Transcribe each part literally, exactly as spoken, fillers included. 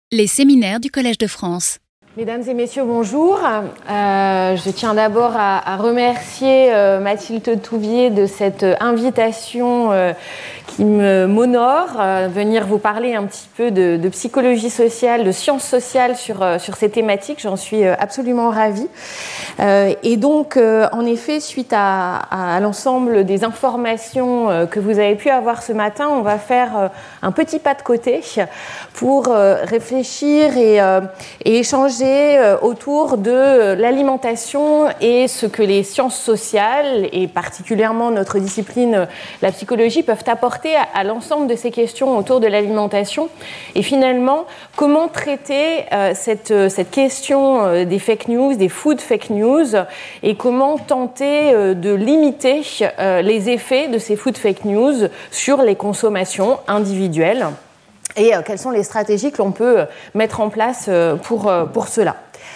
Les séminaires du Collège de France. Mesdames et messieurs, bonjour. Euh, je tiens d'abord à, à remercier euh, Mathilde Touvier de cette invitation euh, qui me, m'honore, euh, venir vous parler un petit peu de, de psychologie sociale, de sciences sociales sur, euh, sur ces thématiques. J'en suis euh, absolument ravie. Euh, et donc, euh, en effet, suite à, à, à l'ensemble des informations euh, que vous avez pu avoir ce matin, on va faire euh, un petit pas de côté pour euh, réfléchir et, euh, et échanger autour de l'alimentation et ce que les sciences sociales, et particulièrement notre discipline, la psychologie, peuvent apporter à, à l'ensemble de ces questions autour de l'alimentation. Et finalement, comment traiter euh, cette, cette question euh, des fake news, des food fake news, et comment tenter euh, de limiter euh, les effets de ces food fake news sur les consommations individuelles. Et euh, quelles sont les stratégies que l'on peut mettre en place euh, pour, euh, pour cela.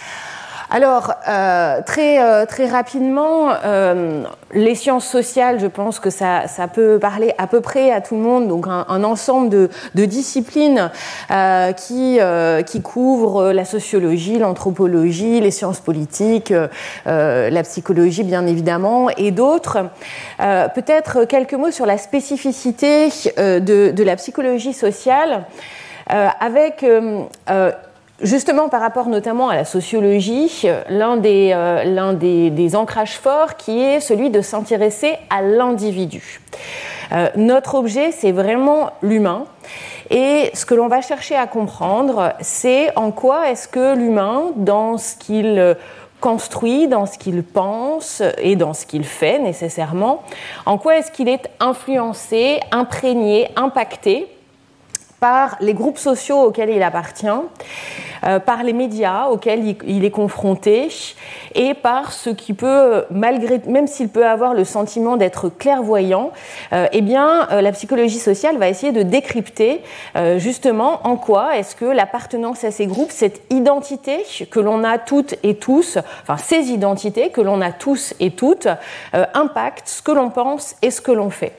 Alors, euh, très, euh, très rapidement, euh, les sciences sociales, je pense que ça, ça peut parler à peu près à tout le monde, donc un, un ensemble de, de disciplines euh, qui, euh, qui couvrent la sociologie, l'anthropologie, les sciences politiques, euh, la psychologie bien évidemment, et d'autres. Euh, peut-être quelques mots sur la spécificité euh, de, de la psychologie sociale, euh, avec... Euh, euh, Justement, par rapport notamment à la sociologie, l'un des, euh, l'un des, des ancrages forts qui est celui de s'intéresser à l'individu. Euh, notre objet, c'est vraiment l'humain. Et ce que l'on va chercher à comprendre, c'est en quoi est-ce que l'humain, dans ce qu'il construit, dans ce qu'il pense et dans ce qu'il fait nécessairement, en quoi est-ce qu'il est influencé, imprégné, impacté par les groupes sociaux auxquels il appartient, euh, par les médias auxquels il, il est confronté, et par ce qui peut, malgré, même s'il peut avoir le sentiment d'être clairvoyant, euh, eh bien, euh, la psychologie sociale va essayer de décrypter euh, justement en quoi est-ce que l'appartenance à ces groupes, cette identité que l'on a toutes et tous, enfin ces identités que l'on a tous et toutes, euh, impactent ce que l'on pense et ce que l'on fait.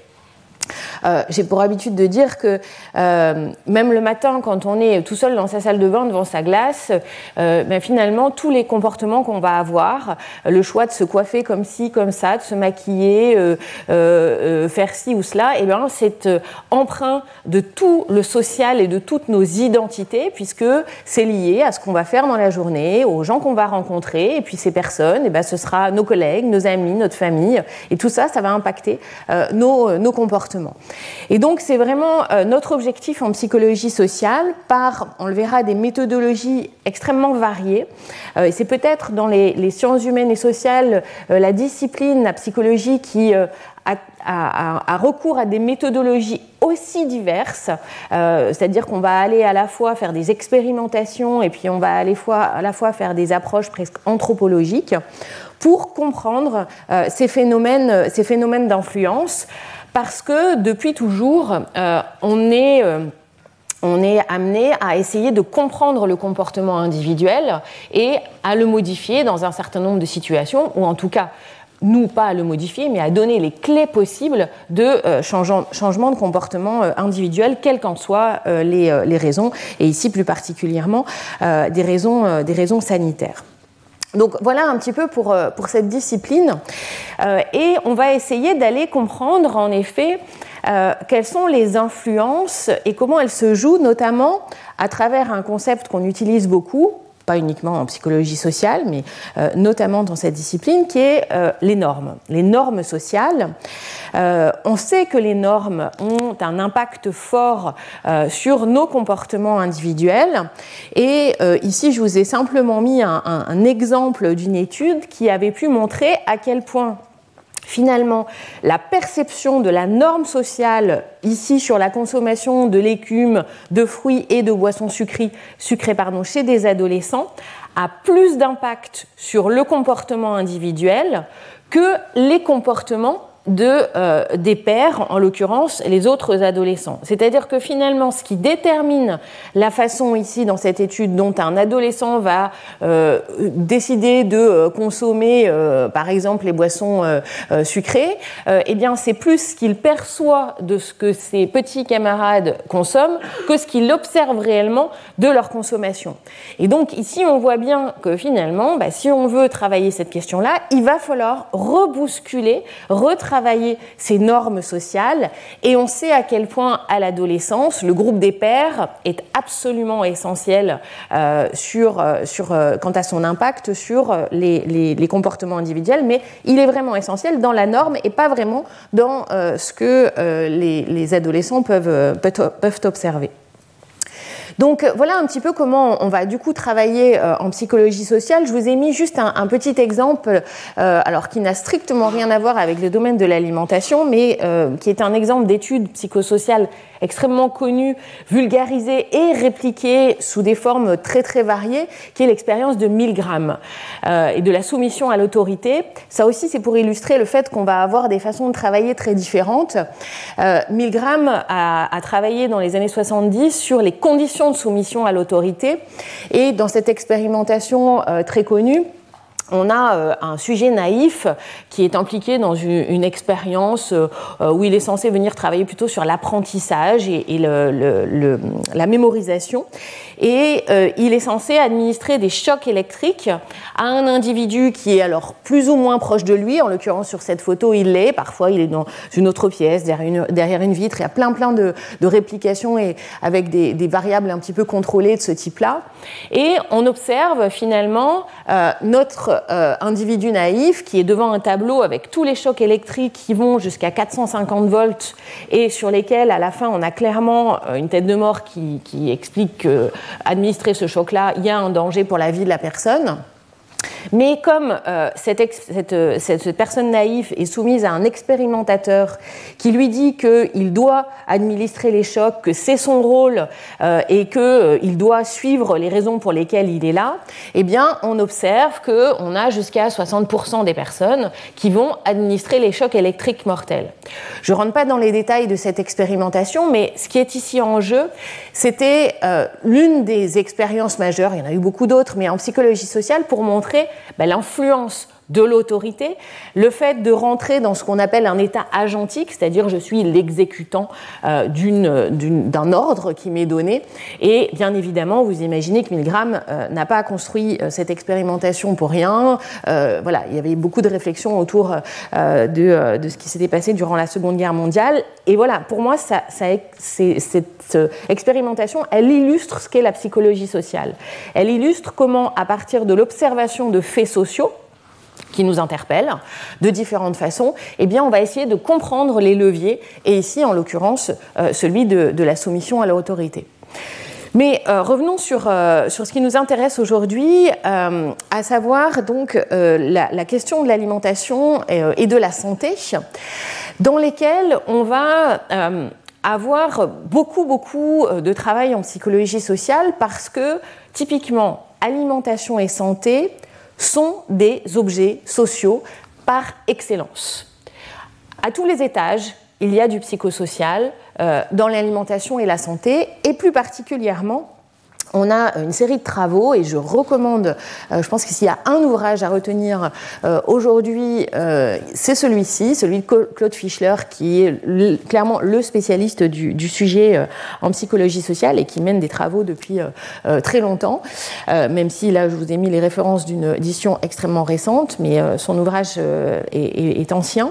Euh, j'ai pour habitude de dire que euh, même le matin, quand on est tout seul dans sa salle de bain devant sa glace, euh, ben finalement, tous les comportements qu'on va avoir, le choix de se coiffer comme ci, comme ça, de se maquiller, euh, euh, faire ci ou cela, eh ben, c'est euh, empreint de tout le social et de toutes nos identités, puisque c'est lié à ce qu'on va faire dans la journée, aux gens qu'on va rencontrer, et puis ces personnes, eh ben, ce sera nos collègues, nos amis, notre famille, et tout ça, ça va impacter euh, nos, nos comportements. Et donc, c'est vraiment euh, notre objectif en psychologie sociale par, on le verra, des méthodologies extrêmement variées. Euh, et c'est peut-être dans les, les sciences humaines et sociales euh, la discipline, la psychologie qui euh, a, a, a recours à des méthodologies aussi diverses, euh, c'est-à-dire qu'on va aller à la fois faire des expérimentations et puis on va à la fois, à la fois faire des approches presque anthropologiques pour comprendre euh, ces phénomènes, ces phénomènes d'influence. Parce que depuis toujours, euh, on est, euh, on est amené à essayer de comprendre le comportement individuel et à le modifier dans un certain nombre de situations, ou en tout cas, nous, pas à le modifier, mais à donner les clés possibles de euh, changeant, changement de comportement euh, individuel, quelles qu'en soient euh, les, euh, les raisons, et ici plus particulièrement euh, des raisons, euh, des raisons sanitaires. Donc voilà un petit peu pour, pour cette discipline. Euh, et on va essayer d'aller comprendre en effet euh, quelles sont les influences et comment elles se jouent, notamment à travers un concept qu'on utilise beaucoup, pas uniquement en psychologie sociale, mais euh, notamment dans cette discipline, qui est euh, les normes. Les normes sociales. Euh, on sait que les normes ont un impact fort euh, sur nos comportements individuels. Et euh, ici, je vous ai simplement mis un, un, un exemple d'une étude qui avait pu montrer à quel point finalement, la perception de la norme sociale, ici sur la consommation de légumes, de fruits et de boissons sucrées, sucrées pardon, chez des adolescents, a plus d'impact sur le comportement individuel que les comportements de, euh, des pairs, en l'occurrence les autres adolescents. C'est-à-dire que finalement, ce qui détermine la façon ici dans cette étude dont un adolescent va euh, décider de euh, consommer, euh, par exemple, les boissons euh, euh, sucrées, euh, eh bien, c'est plus ce qu'il perçoit de ce que ses petits camarades consomment que ce qu'il observe réellement de leur consommation. Et donc, ici, on voit bien que finalement, bah, si on veut travailler cette question-là, il va falloir rebousculer, retravailler travailler ces normes sociales, et on sait à quel point à l'adolescence le groupe des pairs est absolument essentiel euh, sur, euh, sur, euh, quant à son impact sur les, les, les comportements individuels, mais il est vraiment essentiel dans la norme et pas vraiment dans euh, ce que euh, les, les adolescents peuvent, euh, peuvent observer. Donc voilà un petit peu comment on va du coup travailler euh, en psychologie sociale. Je vous ai mis juste un, un petit exemple, euh, alors qui n'a strictement rien à voir avec le domaine de l'alimentation, mais euh, qui est un exemple d'étude psychosociale extrêmement connue, vulgarisée et répliquée sous des formes très très variées, qui est l'expérience de Milgram euh, et de la soumission à l'autorité. Ça aussi, c'est pour illustrer le fait qu'on va avoir des façons de travailler très différentes. Euh, Milgram a, a travaillé dans les années soixante-dix sur les conditions de soumission à l'autorité, et dans cette expérimentation euh, très connue, on a euh, un sujet naïf qui est impliqué dans une, une expérience euh, où il est censé venir travailler plutôt sur l'apprentissage et, et le, le, le, la mémorisation. Et euh, il est censé administrer des chocs électriques à un individu qui est alors plus ou moins proche de lui. En l'occurrence, sur cette photo, il l'est. Parfois, il est dans une autre pièce, derrière une, derrière une vitre. Il y a plein, plein de, de réplications et avec des, des variables un petit peu contrôlées de ce type-là. Et on observe finalement euh, notre euh, individu naïf qui est devant un tableau avec tous les chocs électriques qui vont jusqu'à quatre cent cinquante volts et sur lesquels, à la fin, on a clairement une tête de mort qui, qui explique que administrer ce choc-là, il y a un danger pour la vie de la personne. Mais comme euh, cette, ex- cette, cette, cette personne naïve est soumise à un expérimentateur qui lui dit qu'il doit administrer les chocs, que c'est son rôle euh, et qu'il euh, doit suivre les raisons pour lesquelles il est là, eh bien, on observe qu'on a jusqu'à soixante pour cent des personnes qui vont administrer les chocs électriques mortels. Je ne rentre pas dans les détails de cette expérimentation, mais ce qui est ici en jeu, c'était euh, l'une des expériences majeures, il y en a eu beaucoup d'autres, mais en psychologie sociale, pour montrer ben, l'influence de l'autorité, le fait de rentrer dans ce qu'on appelle un état agentique, c'est-à-dire je suis l'exécutant euh, d'une, d'une, d'un ordre qui m'est donné. Et bien évidemment, vous imaginez que Milgram euh, n'a pas construit euh, cette expérimentation pour rien. Euh, voilà, il y avait beaucoup de réflexions autour euh, de, euh, de ce qui s'était passé durant la Seconde Guerre mondiale. Et voilà, pour moi, ça, ça, c'est, cette euh, expérimentation, elle illustre ce qu'est la psychologie sociale. Elle illustre comment, à partir de l'observation de faits sociaux, qui nous interpellent de différentes façons, eh bien, on va essayer de comprendre les leviers, et ici, en l'occurrence, euh, celui de, de la soumission à l'autorité. Mais euh, revenons sur, euh, sur ce qui nous intéresse aujourd'hui, euh, à savoir donc euh, la, la question de l'alimentation et, euh, et de la santé, dans lesquelles on va euh, avoir beaucoup, beaucoup de travail en psychologie sociale, parce que, typiquement, alimentation et santé sont des objets sociaux par excellence. À tous les étages, il y a du psychosocial euh, dans l'alimentation et la santé, et plus particulièrement, on a une série de travaux, et je recommande, euh, je pense que s'il y a un ouvrage à retenir euh, aujourd'hui, euh, c'est celui-ci, celui de Claude Fischler, qui est le, clairement le spécialiste du, du sujet euh, en psychologie sociale et qui mène des travaux depuis euh, euh, très longtemps, euh, même si là je vous ai mis les références d'une édition extrêmement récente, mais euh, son ouvrage euh, est, est, est ancien,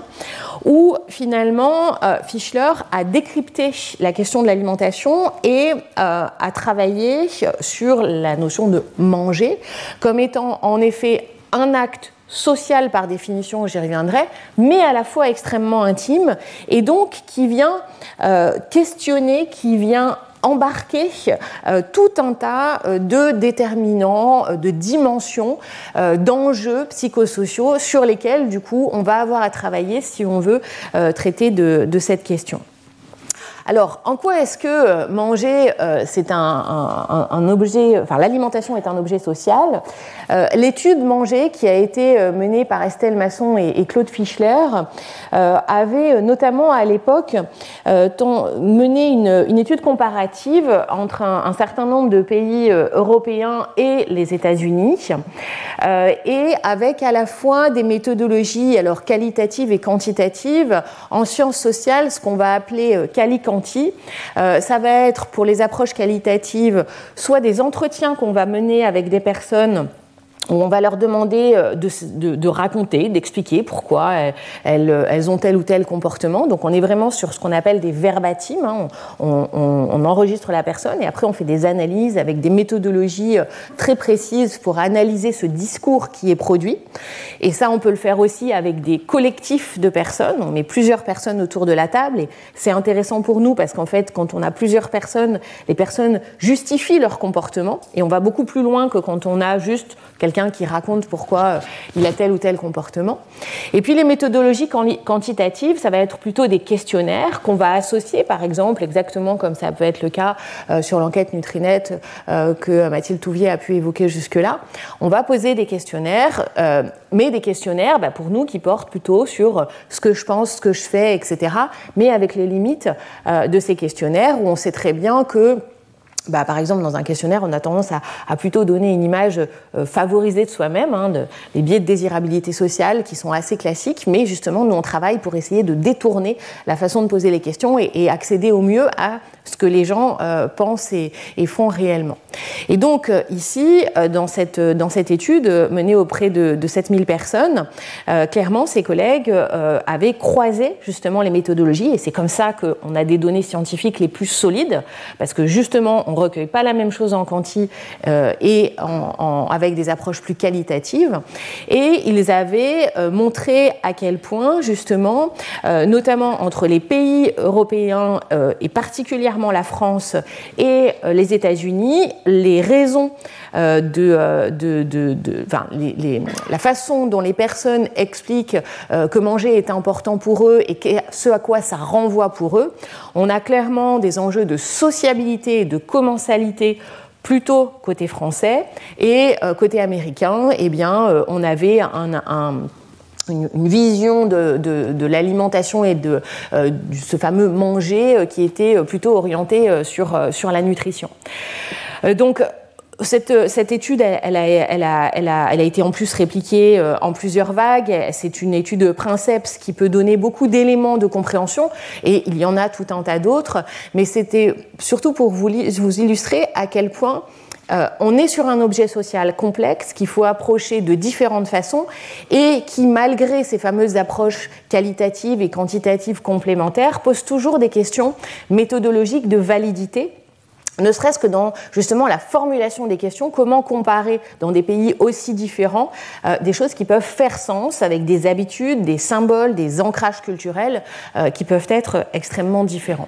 où finalement euh, Fischler a décrypté la question de l'alimentation et euh, a travaillé sur la notion de manger comme étant en effet un acte social par définition, j'y reviendrai, mais à la fois extrêmement intime, et donc qui vient euh, questionner, qui vient embarquer euh, tout un tas euh, de déterminants, euh, de dimensions, euh, d'enjeux psychosociaux sur lesquels, du coup, on va avoir à travailler si on veut euh, traiter de, de cette question. Alors, en quoi est-ce que manger, euh, c'est un, un, un objet, enfin l'alimentation est un objet social? euh, L'étude Manger, qui a été menée par Estelle Masson et, et Claude Fischler, euh, avait notamment à l'époque euh, mené une, une étude comparative entre un, un certain nombre de pays euh, européens et les États-Unis, euh, et avec à la fois des méthodologies alors qualitatives et quantitatives en sciences sociales, ce qu'on va appeler euh, quali-quanti. Euh, ça va être pour les approches qualitatives soit des entretiens qu'on va mener avec des personnes où on va leur demander de, de, de raconter, d'expliquer pourquoi elles, elles ont tel ou tel comportement. Donc on est vraiment sur ce qu'on appelle des verbatims. Hein. On, on, on enregistre la personne et après on fait des analyses avec des méthodologies très précises pour analyser ce discours qui est produit. Et ça, on peut le faire aussi avec des collectifs de personnes. On met plusieurs personnes autour de la table et c'est intéressant pour nous parce qu'en fait, quand on a plusieurs personnes, les personnes justifient leur comportement et on va beaucoup plus loin que quand on a juste quelqu'un qui raconte pourquoi il a tel ou tel comportement. Et puis les méthodologies quantitatives, ça va être plutôt des questionnaires qu'on va associer, par exemple, exactement comme ça peut être le cas euh, sur l'enquête Nutrinet euh, que Mathilde Touvier a pu évoquer jusque-là. On va poser des questionnaires, euh, mais des questionnaires bah, pour nous qui portent plutôt sur ce que je pense, ce que je fais, et cetera, mais avec les limites euh, de ces questionnaires où on sait très bien que Bah, par exemple, dans un questionnaire, on a tendance à, à plutôt donner une image euh, favorisée de soi-même, hein, de, des biais de désirabilité sociale qui sont assez classiques, mais justement, nous, on travaille pour essayer de détourner la façon de poser les questions et, et accéder au mieux à ce que les gens euh, pensent et, et font réellement. Et donc, euh, ici, euh, dans, cette, dans cette étude menée auprès de, de sept mille personnes, euh, clairement, ces collègues euh, avaient croisé justement les méthodologies, et c'est comme ça qu'on a des données scientifiques les plus solides, parce que justement, on ne recueille pas la même chose en quanti euh, et en, en, avec des approches plus qualitatives. Et ils avaient euh, montré à quel point, justement, euh, notamment entre les pays européens euh, et particulièrement la France et euh, les États-Unis, les raisons euh, de, euh, de, de, de enfin, les, les, la façon dont les personnes expliquent euh, que manger est important pour eux et ce à quoi ça renvoie pour eux, on a clairement des enjeux de sociabilité et de commensalité plutôt côté français, et euh, côté américain, eh bien, euh, on avait un, un Une, une vision de, de, de l'alimentation et de, euh, de ce fameux manger euh, qui était plutôt orienté euh, sur, euh, sur la nutrition. Euh, donc, Cette, cette étude, elle a, elle, a, elle, a, elle a été en plus répliquée en plusieurs vagues. C'est une étude Princeps qui peut donner beaucoup d'éléments de compréhension, et il y en a tout un tas d'autres, mais c'était surtout pour vous, vous illustrer à quel point euh, on est sur un objet social complexe qu'il faut approcher de différentes façons et qui, malgré ces fameuses approches qualitatives et quantitatives complémentaires, pose toujours des questions méthodologiques de validité, ne serait-ce que dans justement la formulation des questions, comment comparer dans des pays aussi différents euh, des choses qui peuvent faire sens avec des habitudes, des symboles, des ancrages culturels euh, qui peuvent être extrêmement différents.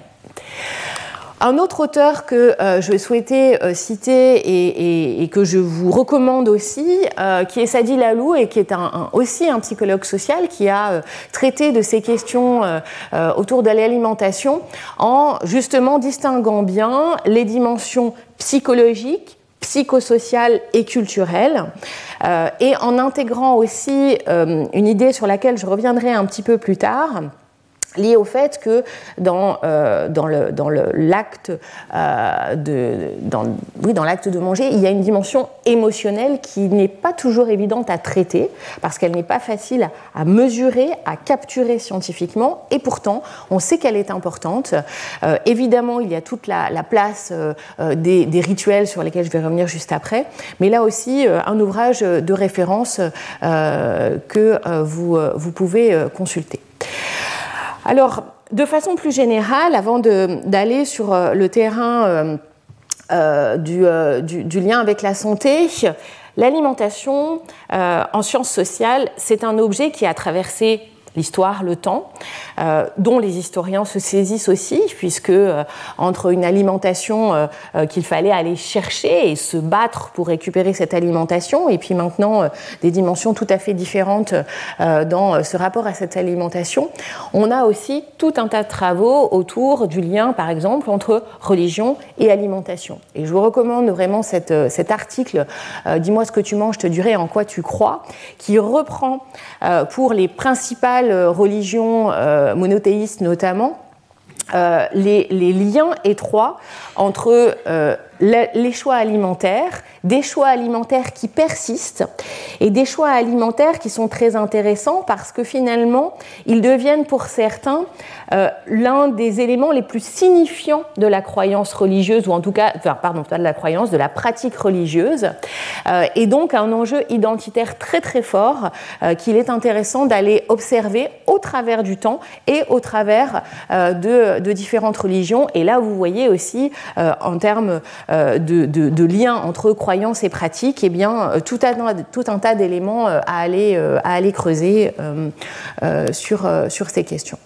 Un autre auteur que euh, je souhaitais euh, citer et, et, et que je vous recommande aussi, euh, qui est Sadi Lalou, et qui est un, un, aussi un psychologue social qui a euh, traité de ces questions euh, euh, autour de l'alimentation en justement distinguant bien les dimensions psychologiques, psychosociales et culturelles, euh, et en intégrant aussi euh, une idée sur laquelle je reviendrai un petit peu plus tard, lié au fait que dans, euh, dans, le, dans le, l'acte euh, de, dans, oui, dans l'acte de manger, il y a une dimension émotionnelle qui n'est pas toujours évidente à traiter, parce qu'elle n'est pas facile à, à mesurer, à capturer scientifiquement, et pourtant, on sait qu'elle est importante. Euh, évidemment, il y a toute la, la place euh, des, des rituels sur lesquels je vais revenir juste après, mais là aussi, euh, un ouvrage de référence euh, que euh, vous, euh, vous pouvez euh, consulter. Alors, de façon plus générale, avant de, d'aller sur le terrain euh, euh, du, euh, du, du lien avec la santé, l'alimentation euh, en sciences sociales, c'est un objet qui a traversé l'histoire, le temps, euh, dont les historiens se saisissent aussi, puisque euh, entre une alimentation euh, euh, qu'il fallait aller chercher et se battre pour récupérer cette alimentation, et puis maintenant euh, des dimensions tout à fait différentes euh, dans ce rapport à cette alimentation, on a aussi tout un tas de travaux autour du lien, par exemple, entre religion et alimentation. Et je vous recommande vraiment cette, cet article euh, « Dis-moi ce que tu manges, je te dirai en quoi tu crois », qui reprend euh, pour les principales religions euh, monothéistes notamment, euh, les, les liens étroits entre euh, les, les choix alimentaires, des choix alimentaires qui persistent et des choix alimentaires qui sont très intéressants parce que finalement, ils deviennent pour certains euh, l'un des éléments les plus signifiants de la croyance religieuse, ou en tout cas, enfin, pardon, pas de la croyance, de la pratique religieuse, euh, et donc un enjeu identitaire très très fort euh, qu'il est intéressant d'aller observer au travers du temps et au travers euh, de, de différentes religions. Et là, vous voyez aussi, euh, en termes euh, de, de, de liens entre croyances et pratiques, eh bien, tout un, tout un tas d'éléments à aller, à aller creuser euh, euh, sur, euh, sur ces questions.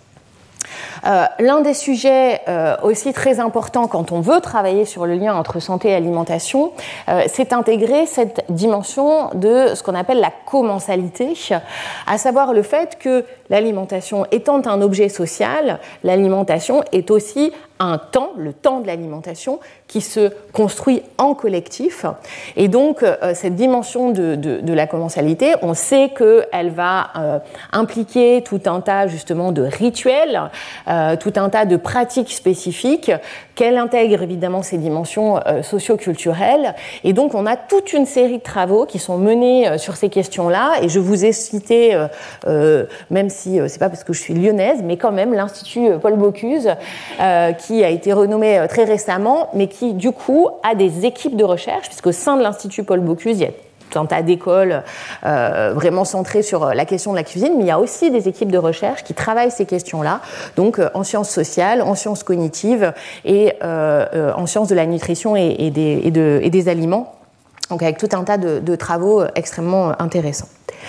Euh, l'un des sujets euh, aussi très importants quand on veut travailler sur le lien entre santé et alimentation, euh, c'est intégrer cette dimension de ce qu'on appelle la commensalité, à savoir le fait que l'alimentation étant un objet social, l'alimentation est aussi un temps, le temps de l'alimentation, qui se construit en collectif. Et donc, euh, cette dimension de, de, de la commensalité, on sait qu'elle va euh, impliquer tout un tas, justement, de rituels, euh, tout un tas de pratiques spécifiques, qu'elle intègre, évidemment, ces dimensions euh, socio-culturelles. Et donc, on a toute une série de travaux qui sont menés euh, sur ces questions-là. Et je vous ai cité, euh, euh, même si euh, c'est pas parce que je suis lyonnaise, mais quand même, l'Institut Paul Bocuse, euh, qui qui a été renommé très récemment, mais qui, du coup, a des équipes de recherche, puisqu'au sein de l'Institut Paul Bocuse, il y a tout un tas d'écoles euh, vraiment centrées sur la question de la cuisine, mais il y a aussi des équipes de recherche qui travaillent ces questions-là, donc euh, en sciences sociales, en sciences cognitives et euh, euh, en sciences de la nutrition et, et, des, et, de, et des aliments, donc avec tout un tas de, de travaux extrêmement intéressants.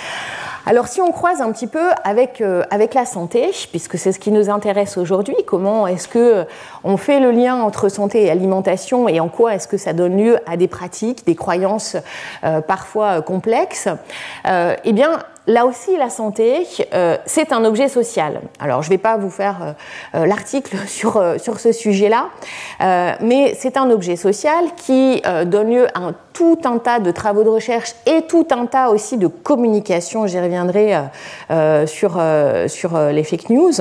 Alors, si on croise un petit peu avec, euh, avec la santé, puisque c'est ce qui nous intéresse aujourd'hui, comment est-ce qu'on fait le lien entre santé et alimentation et en quoi est-ce que ça donne lieu à des pratiques, des croyances euh, parfois complexes, euh, eh bien, là aussi, la santé, euh, c'est un objet social. Alors, je ne vais pas vous faire euh, l'article sur, euh, sur ce sujet-là, euh, mais c'est un objet social qui euh, donne lieu à un, tout un tas de travaux de recherche et tout un tas aussi de communication. J'y reviendrai euh, euh, sur, euh, sur euh, les fake news.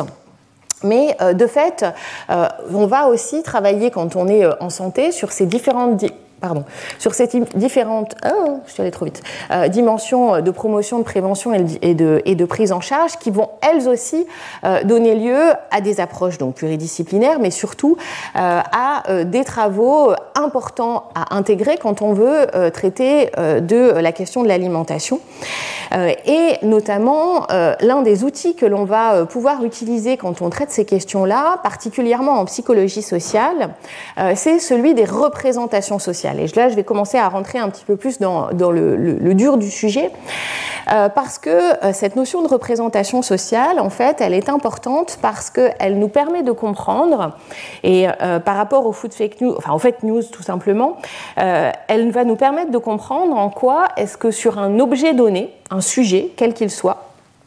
Mais euh, de fait, euh, on va aussi travailler, quand on est euh, en santé, sur ces différentes... Di- Pardon, sur ces différentes oh, je suis allée trop vite, euh, dimensions de promotion, de prévention et de, et de prise en charge qui vont elles aussi euh, donner lieu à des approches donc pluridisciplinaires, mais surtout euh, à euh, des travaux importants à intégrer quand on veut euh, traiter euh, de la question de l'alimentation. Euh, et notamment, euh, l'un des outils que l'on va pouvoir utiliser quand on traite ces questions-là, particulièrement en psychologie sociale, euh, c'est celui des représentations sociales. Et là, je vais commencer à rentrer un petit peu plus dans, dans le, le, le dur du sujet, euh, parce que euh, cette notion de représentation sociale, en fait, elle est importante parce qu'elle nous permet de comprendre, et euh, par rapport au food fake news, enfin, aux fake news tout simplement, euh, elle va nous permettre de comprendre en quoi est-ce que sur un objet donné, un sujet, quel qu'il soit,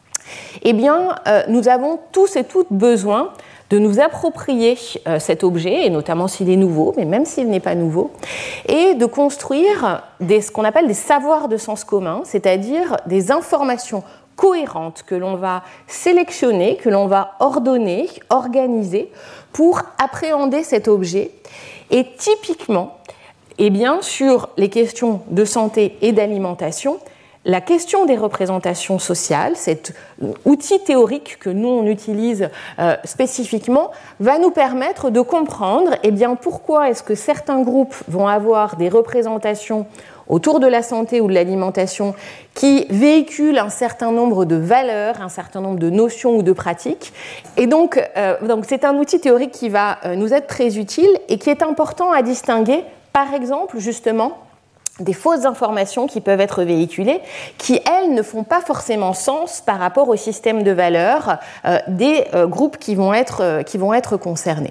eh bien, euh, nous avons tous et toutes besoin de nous approprier euh, cet objet, et notamment s'il est nouveau, mais même s'il n'est pas nouveau, et de construire des, ce qu'on appelle des savoirs de sens commun, c'est-à-dire des informations cohérentes que l'on va sélectionner, que l'on va ordonner, organiser pour appréhender cet objet. Et typiquement, eh bien, sur les questions de santé et d'alimentation, la question des représentations sociales, cet outil théorique que nous on utilise euh, spécifiquement, va nous permettre de comprendre eh bien, pourquoi est-ce que certains groupes vont avoir des représentations autour de la santé ou de l'alimentation qui véhiculent un certain nombre de valeurs, un certain nombre de notions ou de pratiques. Et donc, euh, donc c'est un outil théorique qui va euh, nous être très utile et qui est important à distinguer, par exemple, justement, des fausses informations qui peuvent être véhiculées, qui, elles, ne font pas forcément sens par rapport au système de valeurs euh, des euh, groupes qui vont être, euh, qui vont être concernés.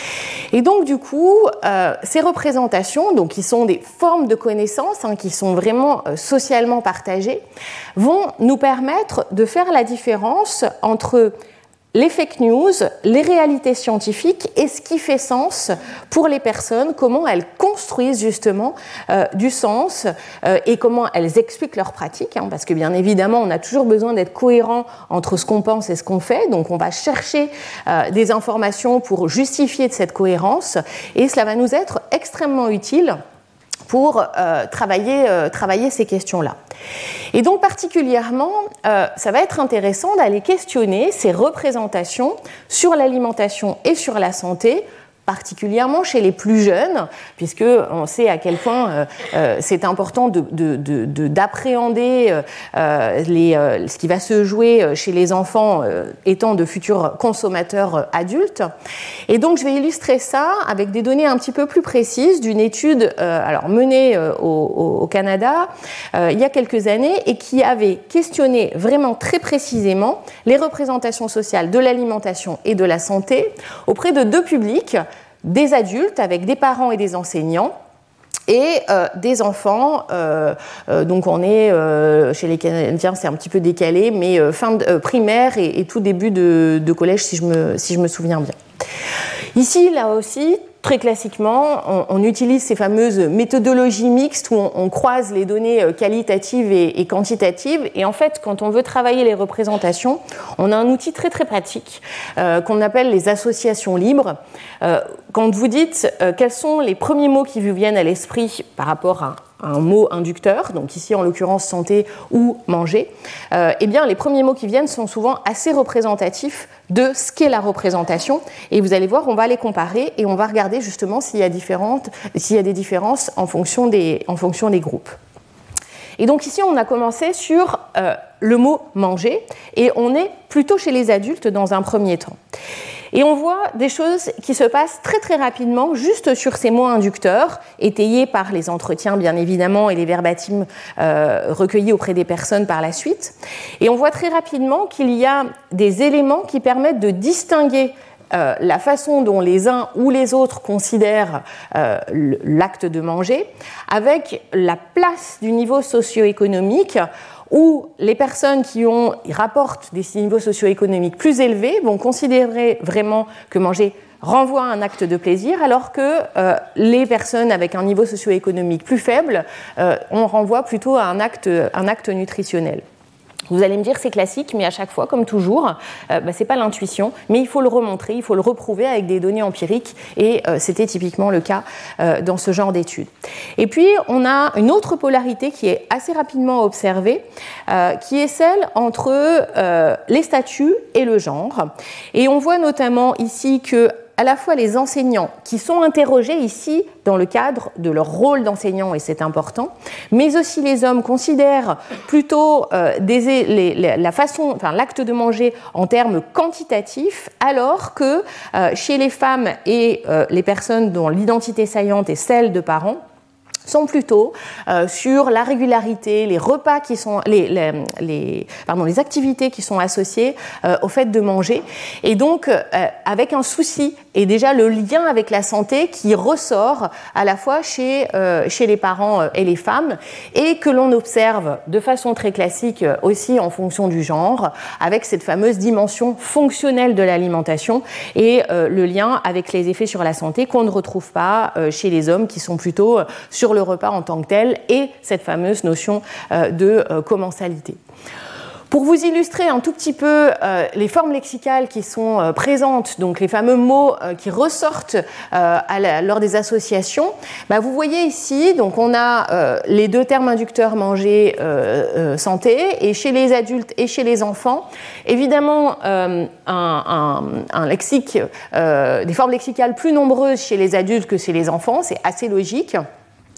Et donc, du coup, euh, ces représentations, donc, qui sont des formes de connaissances, hein, qui sont vraiment euh, socialement partagées, vont nous permettre de faire la différence entre les fake news, les réalités scientifiques et ce qui fait sens pour les personnes, comment elles construisent justement euh, du sens euh, et comment elles expliquent leurs pratiques, hein, parce que bien évidemment on a toujours besoin d'être cohérent entre ce qu'on pense et ce qu'on fait, donc on va chercher euh, des informations pour justifier de cette cohérence et cela va nous être extrêmement utile pour euh, travailler, euh, travailler ces questions-là. Et donc particulièrement, euh, ça va être intéressant d'aller questionner ces représentations sur l'alimentation et sur la santé, particulièrement chez les plus jeunes, puisqu'on sait à quel point euh, euh, c'est important de, de, de, de, d'appréhender euh, les, euh, ce qui va se jouer chez les enfants euh, étant de futurs consommateurs adultes. Et donc je vais illustrer ça avec des données un petit peu plus précises d'une étude euh, alors, menée euh, au, au Canada euh, il y a quelques années et qui avait questionné vraiment très précisément les représentations sociales de l'alimentation et de la santé auprès de deux publics, des adultes avec des parents et des enseignants et euh, des enfants, euh, euh, donc on est euh, chez les Canadiens c'est un petit peu décalé, mais euh, fin de, euh, primaire et, et tout début de, de collège si je, me, si je me souviens bien. Ici, là aussi, très classiquement, on, on utilise ces fameuses méthodologies mixtes où on, on croise les données qualitatives et, et quantitatives. Et en fait, quand on veut travailler les représentations, on a un outil très très pratique euh, qu'on appelle les associations libres. Euh, quand vous dites euh, quels sont les premiers mots qui vous viennent à l'esprit par rapport à un mot inducteur, donc ici en l'occurrence santé ou manger, euh, eh bien les premiers mots qui viennent sont souvent assez représentatifs de ce qu'est la représentation et vous allez voir, on va les comparer et on va regarder justement s'il y a, différentes, s'il y a des différences en fonction des, en fonction des groupes. Et donc ici on a commencé sur euh, le mot manger et on est plutôt chez les adultes dans un premier temps. Et on voit des choses qui se passent très très rapidement juste sur ces mots inducteurs, étayés par les entretiens bien évidemment et les verbatims euh, recueillis auprès des personnes par la suite. Et on voit très rapidement qu'il y a des éléments qui permettent de distinguer euh, la façon dont les uns ou les autres considèrent euh, l'acte de manger avec la place du niveau socio-économique où les personnes qui ont, rapportent des niveaux socio-économiques plus élevés vont considérer vraiment que manger renvoie à un acte de plaisir, alors que euh, les personnes avec un niveau socio-économique plus faible, euh, on renvoie plutôt à un acte, un acte nutritionnel. Vous allez me dire c'est classique, mais à chaque fois, comme toujours, euh, bah, c'est pas l'intuition, mais il faut le remontrer, il faut le reprouver avec des données empiriques, et euh, c'était typiquement le cas euh, dans ce genre d'études. Et puis, on a une autre polarité qui est assez rapidement observée, euh, qui est celle entre euh, les statuts et le genre. Et on voit notamment ici que à la fois les enseignants qui sont interrogés ici dans le cadre de leur rôle d'enseignant, et c'est important, mais aussi les hommes considèrent plutôt euh, des, les, les, la façon, enfin, l'acte de manger en termes quantitatifs, alors que euh, chez les femmes et euh, les personnes dont l'identité saillante est celle de parents, sont plutôt euh, sur la régularité, les repas qui sont, les, les, les, pardon, les activités qui sont associées euh, au fait de manger, et donc euh, avec un souci et déjà le lien avec la santé qui ressort à la fois chez, euh, chez les parents et les femmes, et que l'on observe de façon très classique aussi en fonction du genre, avec cette fameuse dimension fonctionnelle de l'alimentation et euh, le lien avec les effets sur la santé qu'on ne retrouve pas euh, chez les hommes qui sont plutôt euh, sur le repas en tant que tel et cette fameuse notion euh, de euh, commensalité. Pour vous illustrer un tout petit peu euh, les formes lexicales qui sont euh, présentes, donc les fameux mots euh, qui ressortent euh, à la, lors des associations, bah vous voyez ici, donc on a euh, les deux termes inducteurs manger, euh, euh, santé, et chez les adultes et chez les enfants, évidemment euh, un, un, un lexique, euh, des formes lexicales plus nombreuses chez les adultes que chez les enfants, c'est assez logique.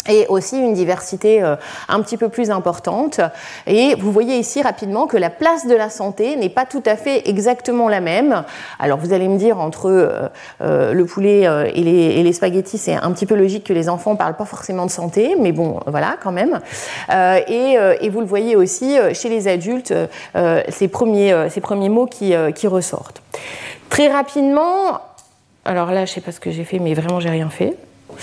et aussi une diversité euh, un petit peu plus importante. Et vous voyez ici rapidement que la place de la santé n'est pas tout à fait exactement la même. Alors vous allez me dire, entre euh, euh, le poulet euh, et, les, et les spaghettis, c'est un petit peu logique que les enfants ne parlent pas forcément de santé, mais bon, voilà, quand même. Euh, et, euh, et vous le voyez aussi, euh, chez les adultes, euh, ces, premiers, euh, ces premiers mots qui, euh, qui ressortent. Très rapidement, alors là, je ne sais pas ce que j'ai fait, mais vraiment, j'ai rien fait.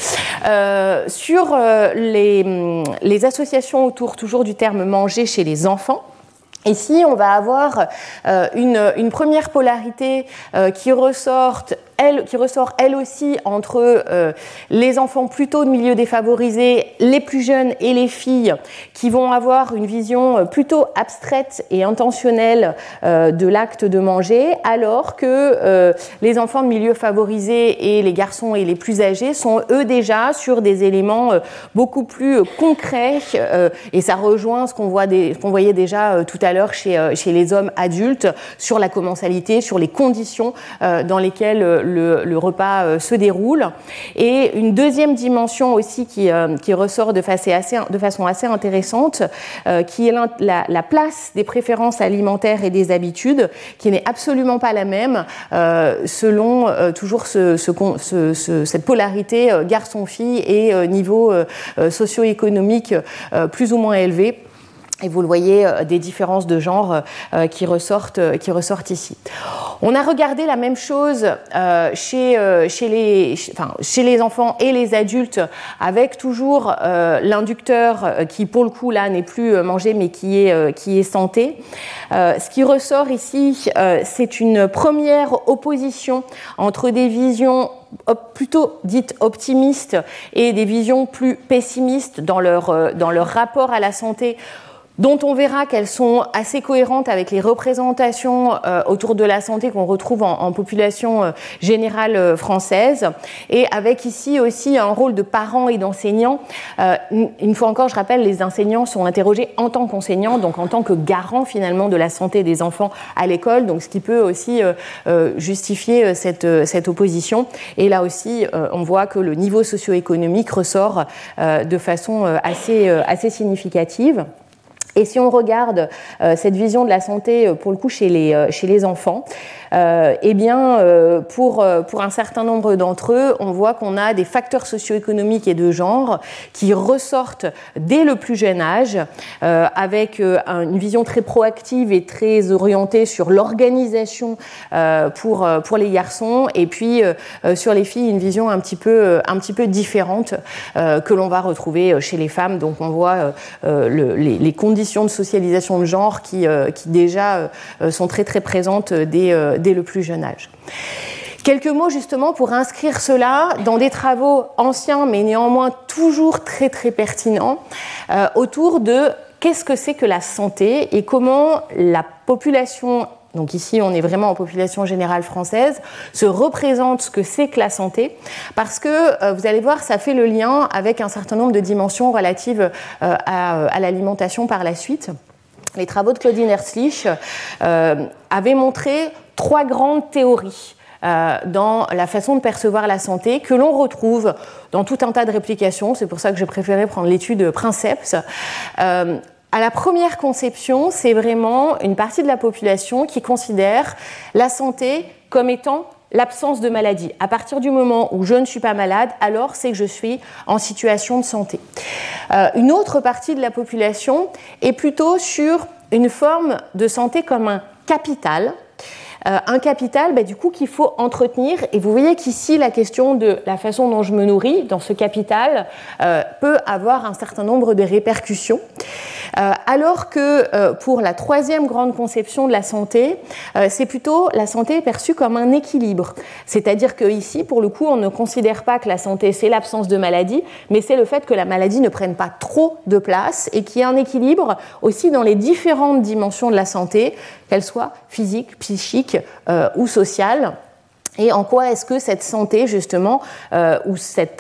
Euh, sur euh, les, les associations autour toujours du terme manger chez les enfants, ici on va avoir euh, une, une première polarité euh, qui ressort Elle, qui ressort elle aussi entre euh, les enfants plutôt de milieux défavorisés, les plus jeunes et les filles qui vont avoir une vision plutôt abstraite et intentionnelle euh, de l'acte de manger, alors que euh, les enfants de milieux favorisés et les garçons et les plus âgés sont eux déjà sur des éléments euh, beaucoup plus concrets euh, et ça rejoint ce qu'on, voit des, ce qu'on voyait déjà euh, tout à l'heure chez, euh, chez les hommes adultes sur la commensalité, sur les conditions euh, dans lesquelles euh, Le, le repas euh, se déroule. Et une deuxième dimension aussi qui, euh, qui ressort de façon assez, de façon assez intéressante, euh, qui est la, la place des préférences alimentaires et des habitudes, qui n'est absolument pas la même euh, selon euh, toujours ce, ce, ce, ce, cette polarité euh, garçon-fille et euh, niveau euh, socio-économique euh, plus ou moins élevé. Et vous le voyez, des différences de genre euh, qui, ressortent, qui ressortent ici. On a regardé la même chose euh, chez, euh, chez, les, enfin, chez les enfants et les adultes, avec toujours euh, l'inducteur qui, pour le coup, là, n'est plus mangé, mais qui est, euh, qui est santé. Euh, ce qui ressort ici, euh, c'est une première opposition entre des visions plutôt dites optimistes et des visions plus pessimistes dans leur, dans leur rapport à la santé, dont on verra qu'elles sont assez cohérentes avec les représentations euh, autour de la santé qu'on retrouve en, en population euh, générale euh, française, et avec ici aussi un rôle de parents et d'enseignants. Euh, une, une fois encore, je rappelle, les enseignants sont interrogés en tant qu'enseignants, donc en tant que garants finalement de la santé des enfants à l'école, donc ce qui peut aussi euh, euh, justifier cette, euh, cette opposition. Et là aussi, euh, on voit que le niveau socio-économique ressort euh, de façon euh, assez, euh, assez significative. Et si on regarde euh, cette vision de la santé, euh, pour le coup, chez les, euh, chez les enfants, euh, eh bien, euh, pour, euh, pour un certain nombre d'entre eux, on voit qu'on a des facteurs socio-économiques et de genre qui ressortent dès le plus jeune âge, euh, avec euh, une vision très proactive et très orientée sur l'organisation euh, pour, pour les garçons, et puis euh, sur les filles, une vision un petit peu, un petit peu différente euh, que l'on va retrouver chez les femmes. Donc on voit euh, le, les, les conditions de socialisation de genre qui, euh, qui déjà euh, sont très très présentes dès, euh, dès le plus jeune âge. Quelques mots justement pour inscrire cela dans des travaux anciens mais néanmoins toujours très très pertinents euh, autour de qu'est-ce que c'est que la santé et comment la population, donc ici on est vraiment en population générale française, se représente ce que c'est que la santé, parce que euh, vous allez voir, ça fait le lien avec un certain nombre de dimensions relatives euh, à, à l'alimentation par la suite. Les travaux de Claudine Erslich euh, avaient montré trois grandes théories euh, dans la façon de percevoir la santé que l'on retrouve dans tout un tas de réplications. C'est pour ça que j'ai préféré prendre l'étude Princeps. Euh, À la première conception, c'est vraiment une partie de la population qui considère la santé comme étant l'absence de maladie. À partir du moment où je ne suis pas malade, alors c'est que je suis en situation de santé. Euh, une autre partie de la population est plutôt sur une forme de santé comme un capital. Euh, un capital, bah, du coup, qu'il faut entretenir. Et vous voyez qu'ici, la question de la façon dont je me nourris dans ce capital euh, peut avoir un certain nombre de répercussions. Euh, alors que euh, pour la troisième grande conception de la santé, euh, c'est plutôt la santé perçue comme un équilibre. C'est-à-dire qu'ici, pour le coup, on ne considère pas que la santé, c'est l'absence de maladie, mais c'est le fait que la maladie ne prenne pas trop de place et qu'il y ait un équilibre aussi dans les différentes dimensions de la santé, qu'elles soient physiques, psychiques euh, ou sociales. Et en quoi est-ce que cette santé, justement, euh, ou cette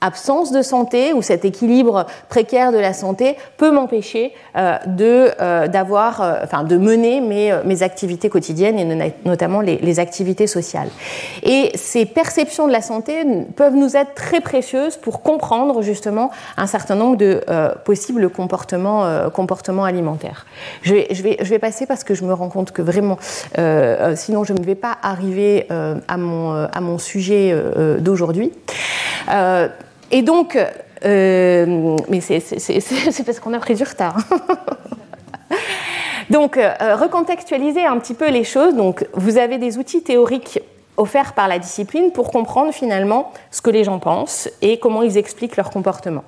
absence de santé ou cet équilibre précaire de la santé peut m'empêcher euh, de, euh, d'avoir, euh, enfin, de mener mes, mes activités quotidiennes et notamment les, les activités sociales. Et ces perceptions de la santé peuvent nous être très précieuses pour comprendre justement un certain nombre de euh, possibles comportements, euh, comportements alimentaires. Je vais, je, vais, je vais passer parce que je me rends compte que vraiment, euh, sinon je ne vais pas arriver euh, à, mon, à mon sujet euh, d'aujourd'hui. Euh, et donc, euh, mais c'est, c'est, c'est, c'est parce qu'on a pris du retard. Donc, euh, recontextualiser un petit peu les choses. Donc, vous avez des outils théoriques offerts par la discipline pour comprendre finalement ce que les gens pensent et comment ils expliquent leur comportement.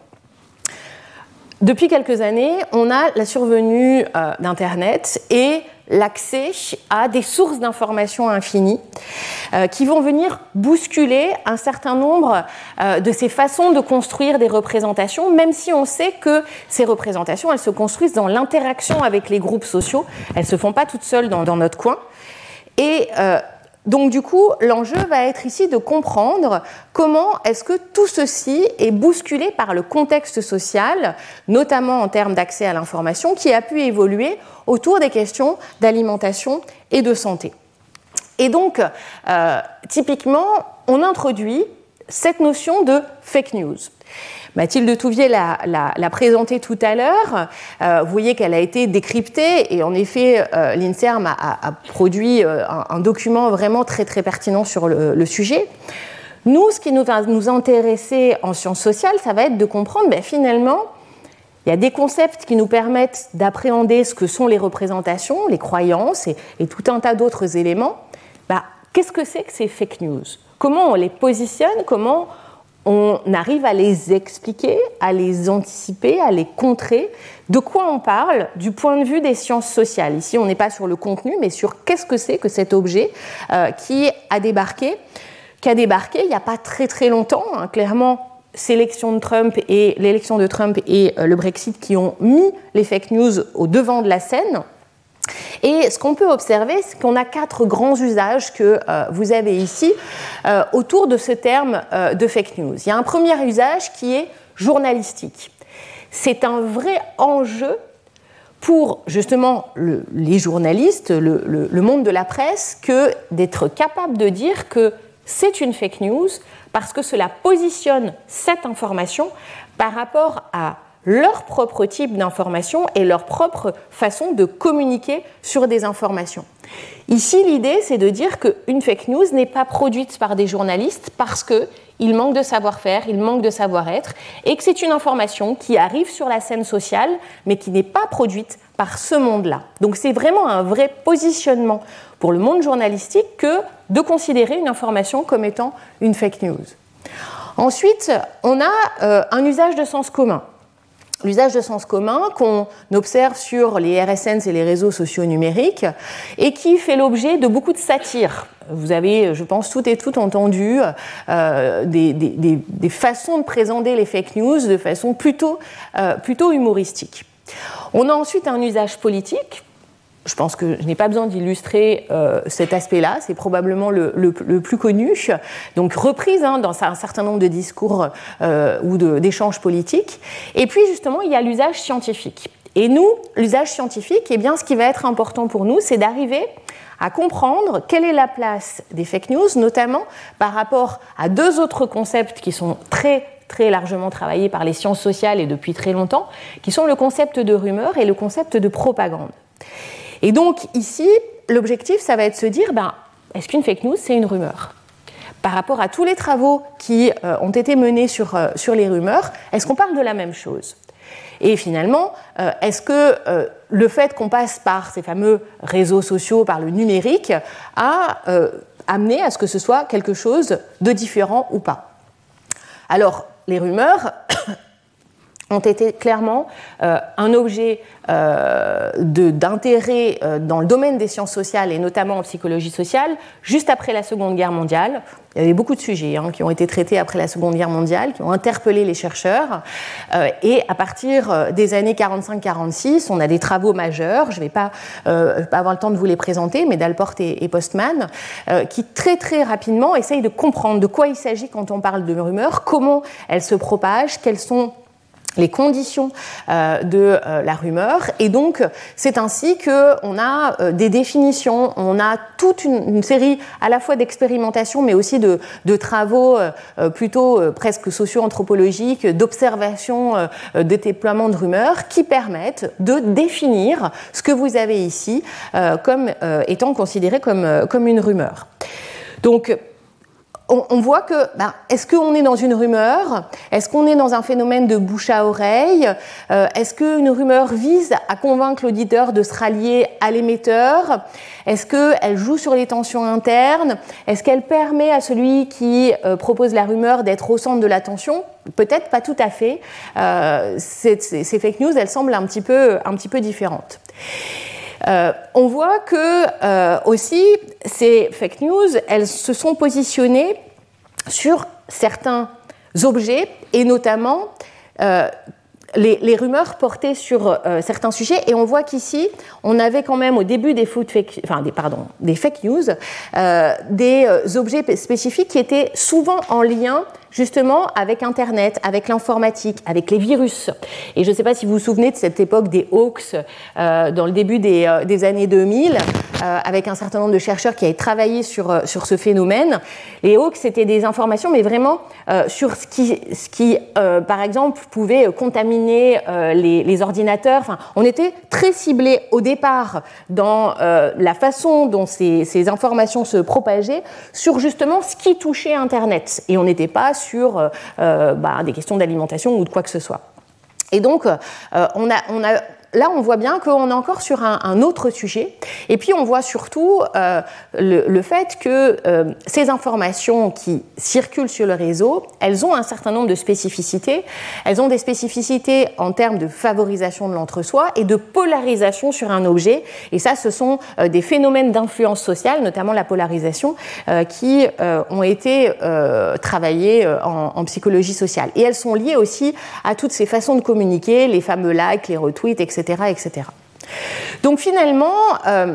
Depuis quelques années, on a la survenue euh, d'Internet et l'accès à des sources d'informations infinies euh, qui vont venir bousculer un certain nombre euh, de ces façons de construire des représentations, même si on sait que ces représentations, elles se construisent dans l'interaction avec les groupes sociaux, elles ne se font pas toutes seules dans, dans notre coin. Et euh, donc du coup, l'enjeu va être ici de comprendre comment est-ce que tout ceci est bousculé par le contexte social, notamment en termes d'accès à l'information, qui a pu évoluer autour des questions d'alimentation et de santé. Et donc, euh, typiquement, on introduit cette notion de fake news. Mathilde Touvier l'a, l'a, l'a présentée tout à l'heure. Euh, vous voyez qu'elle a été décryptée et en effet, euh, l'INSERM a, a, a produit euh, un, un document vraiment très très pertinent sur le, le sujet. Nous, ce qui nous va nous intéresser en sciences sociales, ça va être de comprendre, ben, finalement, il y a des concepts qui nous permettent d'appréhender ce que sont les représentations, les croyances et, et tout un tas d'autres éléments. Ben, qu'est-ce que c'est que ces fake news ? Comment on les positionne ? Comment on arrive à les expliquer, à les anticiper, à les contrer? De quoi on parle du point de vue des sciences sociales? Ici, on n'est pas sur le contenu, mais sur qu'est-ce que c'est que cet objet euh, qui a débarqué, qui a débarqué il n'y a pas très très longtemps, hein, clairement. C'est l'élection de Trump et l'élection de Trump et euh, le Brexit qui ont mis les fake news au devant de la scène. Et ce qu'on peut observer, c'est qu'on a quatre grands usages que euh, vous avez ici euh, autour de ce terme euh, de fake news. Il y a un premier usage qui est journalistique. C'est un vrai enjeu pour justement le, les journalistes, le, le, le monde de la presse, que d'être capable de dire que c'est une fake news parce que cela positionne cette information par rapport à leur propre type d'information et leur propre façon de communiquer sur des informations. Ici, l'idée, c'est de dire qu'une fake news n'est pas produite par des journalistes parce qu'il manque de savoir-faire, il manque de savoir-être, et que c'est une information qui arrive sur la scène sociale, mais qui n'est pas produite par ce monde-là. Donc c'est vraiment un vrai positionnement pour le monde journalistique que de considérer une information comme étant une fake news. Ensuite, on a euh, un usage de sens commun. L'usage de sens commun qu'on observe sur les R S N, c'est les réseaux sociaux numériques, et qui fait l'objet de beaucoup de satire. Vous avez, je pense, toutes et toutes entendu euh, des, des, des façons de présenter les fake news de façon plutôt, euh, plutôt humoristique. On a ensuite un usage politique. Je pense que je n'ai pas besoin d'illustrer euh, cet aspect-là, c'est probablement le, le, le plus connu. Donc reprise hein, dans un certain nombre de discours euh, ou de, d'échanges politiques. Et puis justement, il y a l'usage scientifique. Et nous, l'usage scientifique, eh bien, ce qui va être important pour nous, c'est d'arriver à comprendre quelle est la place des fake news, notamment par rapport à deux autres concepts qui sont très très largement travaillés par les sciences sociales et depuis très longtemps, qui sont le concept de rumeur et le concept de propagande. Et donc ici, l'objectif, ça va être de se dire, ben, est-ce qu'une fake news, c'est une rumeur ? Par rapport à tous les travaux qui euh, ont été menés sur, euh, sur les rumeurs, est-ce qu'on parle de la même chose ? Et finalement, euh, est-ce que euh, le fait qu'on passe par ces fameux réseaux sociaux, par le numérique, a euh, amené à ce que ce soit quelque chose de différent ou pas ? Alors, les rumeurs, ont été clairement euh, un objet euh, de, d'intérêt euh, dans le domaine des sciences sociales et notamment en psychologie sociale juste après la Seconde Guerre mondiale. Il y avait beaucoup de sujets hein, qui ont été traités après la Seconde Guerre mondiale, qui ont interpellé les chercheurs. Euh, et à partir des années quarante-cinq quarante-six, on a des travaux majeurs, je ne vais pas, euh, pas avoir le temps de vous les présenter, mais d'Alport et, et Postman, euh, qui très très rapidement essayent de comprendre de quoi il s'agit quand on parle de rumeurs, comment elles se propagent, quelles sont les conditions euh, de euh, la rumeur. Et donc, c'est ainsi qu'on a euh, des définitions, on a toute une, une série à la fois d'expérimentations, mais aussi de, de travaux euh, plutôt euh, presque socio-anthropologiques, d'observations, euh, de déploiement de rumeurs, qui permettent de définir ce que vous avez ici euh, comme euh, étant considéré comme, euh, comme une rumeur. Donc, on voit que, ben, est-ce qu'on est dans une rumeur ? Est-ce qu'on est dans un phénomène de bouche à oreille ? euh, Est-ce qu'une rumeur vise à convaincre l'auditeur de se rallier à l'émetteur ? Est-ce qu'elle joue sur les tensions internes ? Est-ce qu'elle permet à celui qui euh, propose la rumeur d'être au centre de l'attention ? Peut-être pas tout à fait. Euh, ces, ces fake news, elles semblent un petit peu, un petit peu différentes. Euh, on voit que euh, aussi ces fake news, elles se sont positionnées sur certains objets et notamment euh, les, les rumeurs portées sur euh, certains sujets. Et on voit qu'ici, on avait quand même au début des, food fake, enfin, des, pardon, des fake news euh, des euh, objets spécifiques qui étaient souvent en lien justement avec Internet, avec l'informatique, avec les virus. Et je ne sais pas si vous vous souvenez de cette époque des hoax euh, dans le début des, euh, des années deux mille, euh, avec un certain nombre de chercheurs qui avaient travaillé sur, euh, sur ce phénomène. Les hoax, c'était des informations, mais vraiment euh, sur ce qui, ce qui euh, par exemple, pouvait contaminer euh, les, les ordinateurs. Enfin, on était très ciblés au départ dans euh, la façon dont ces, ces informations se propageaient sur justement ce qui touchait Internet. Et on n'était pas sur euh, bah, des questions d'alimentation ou de quoi que ce soit. Et donc, euh, on a, on a, là, on voit bien qu'on est encore sur un, un autre sujet. Et puis, on voit surtout euh, le, le fait que euh, ces informations qui circulent sur le réseau, elles ont un certain nombre de spécificités. Elles ont des spécificités en termes de favorisation de l'entre-soi et de polarisation sur un objet. Et ça, ce sont euh, des phénomènes d'influence sociale, notamment la polarisation, euh, qui euh, ont été euh, travaillés en, en psychologie sociale. Et elles sont liées aussi à toutes ces façons de communiquer, les fameux likes, les retweets, et cetera, et cetera. Donc finalement, euh,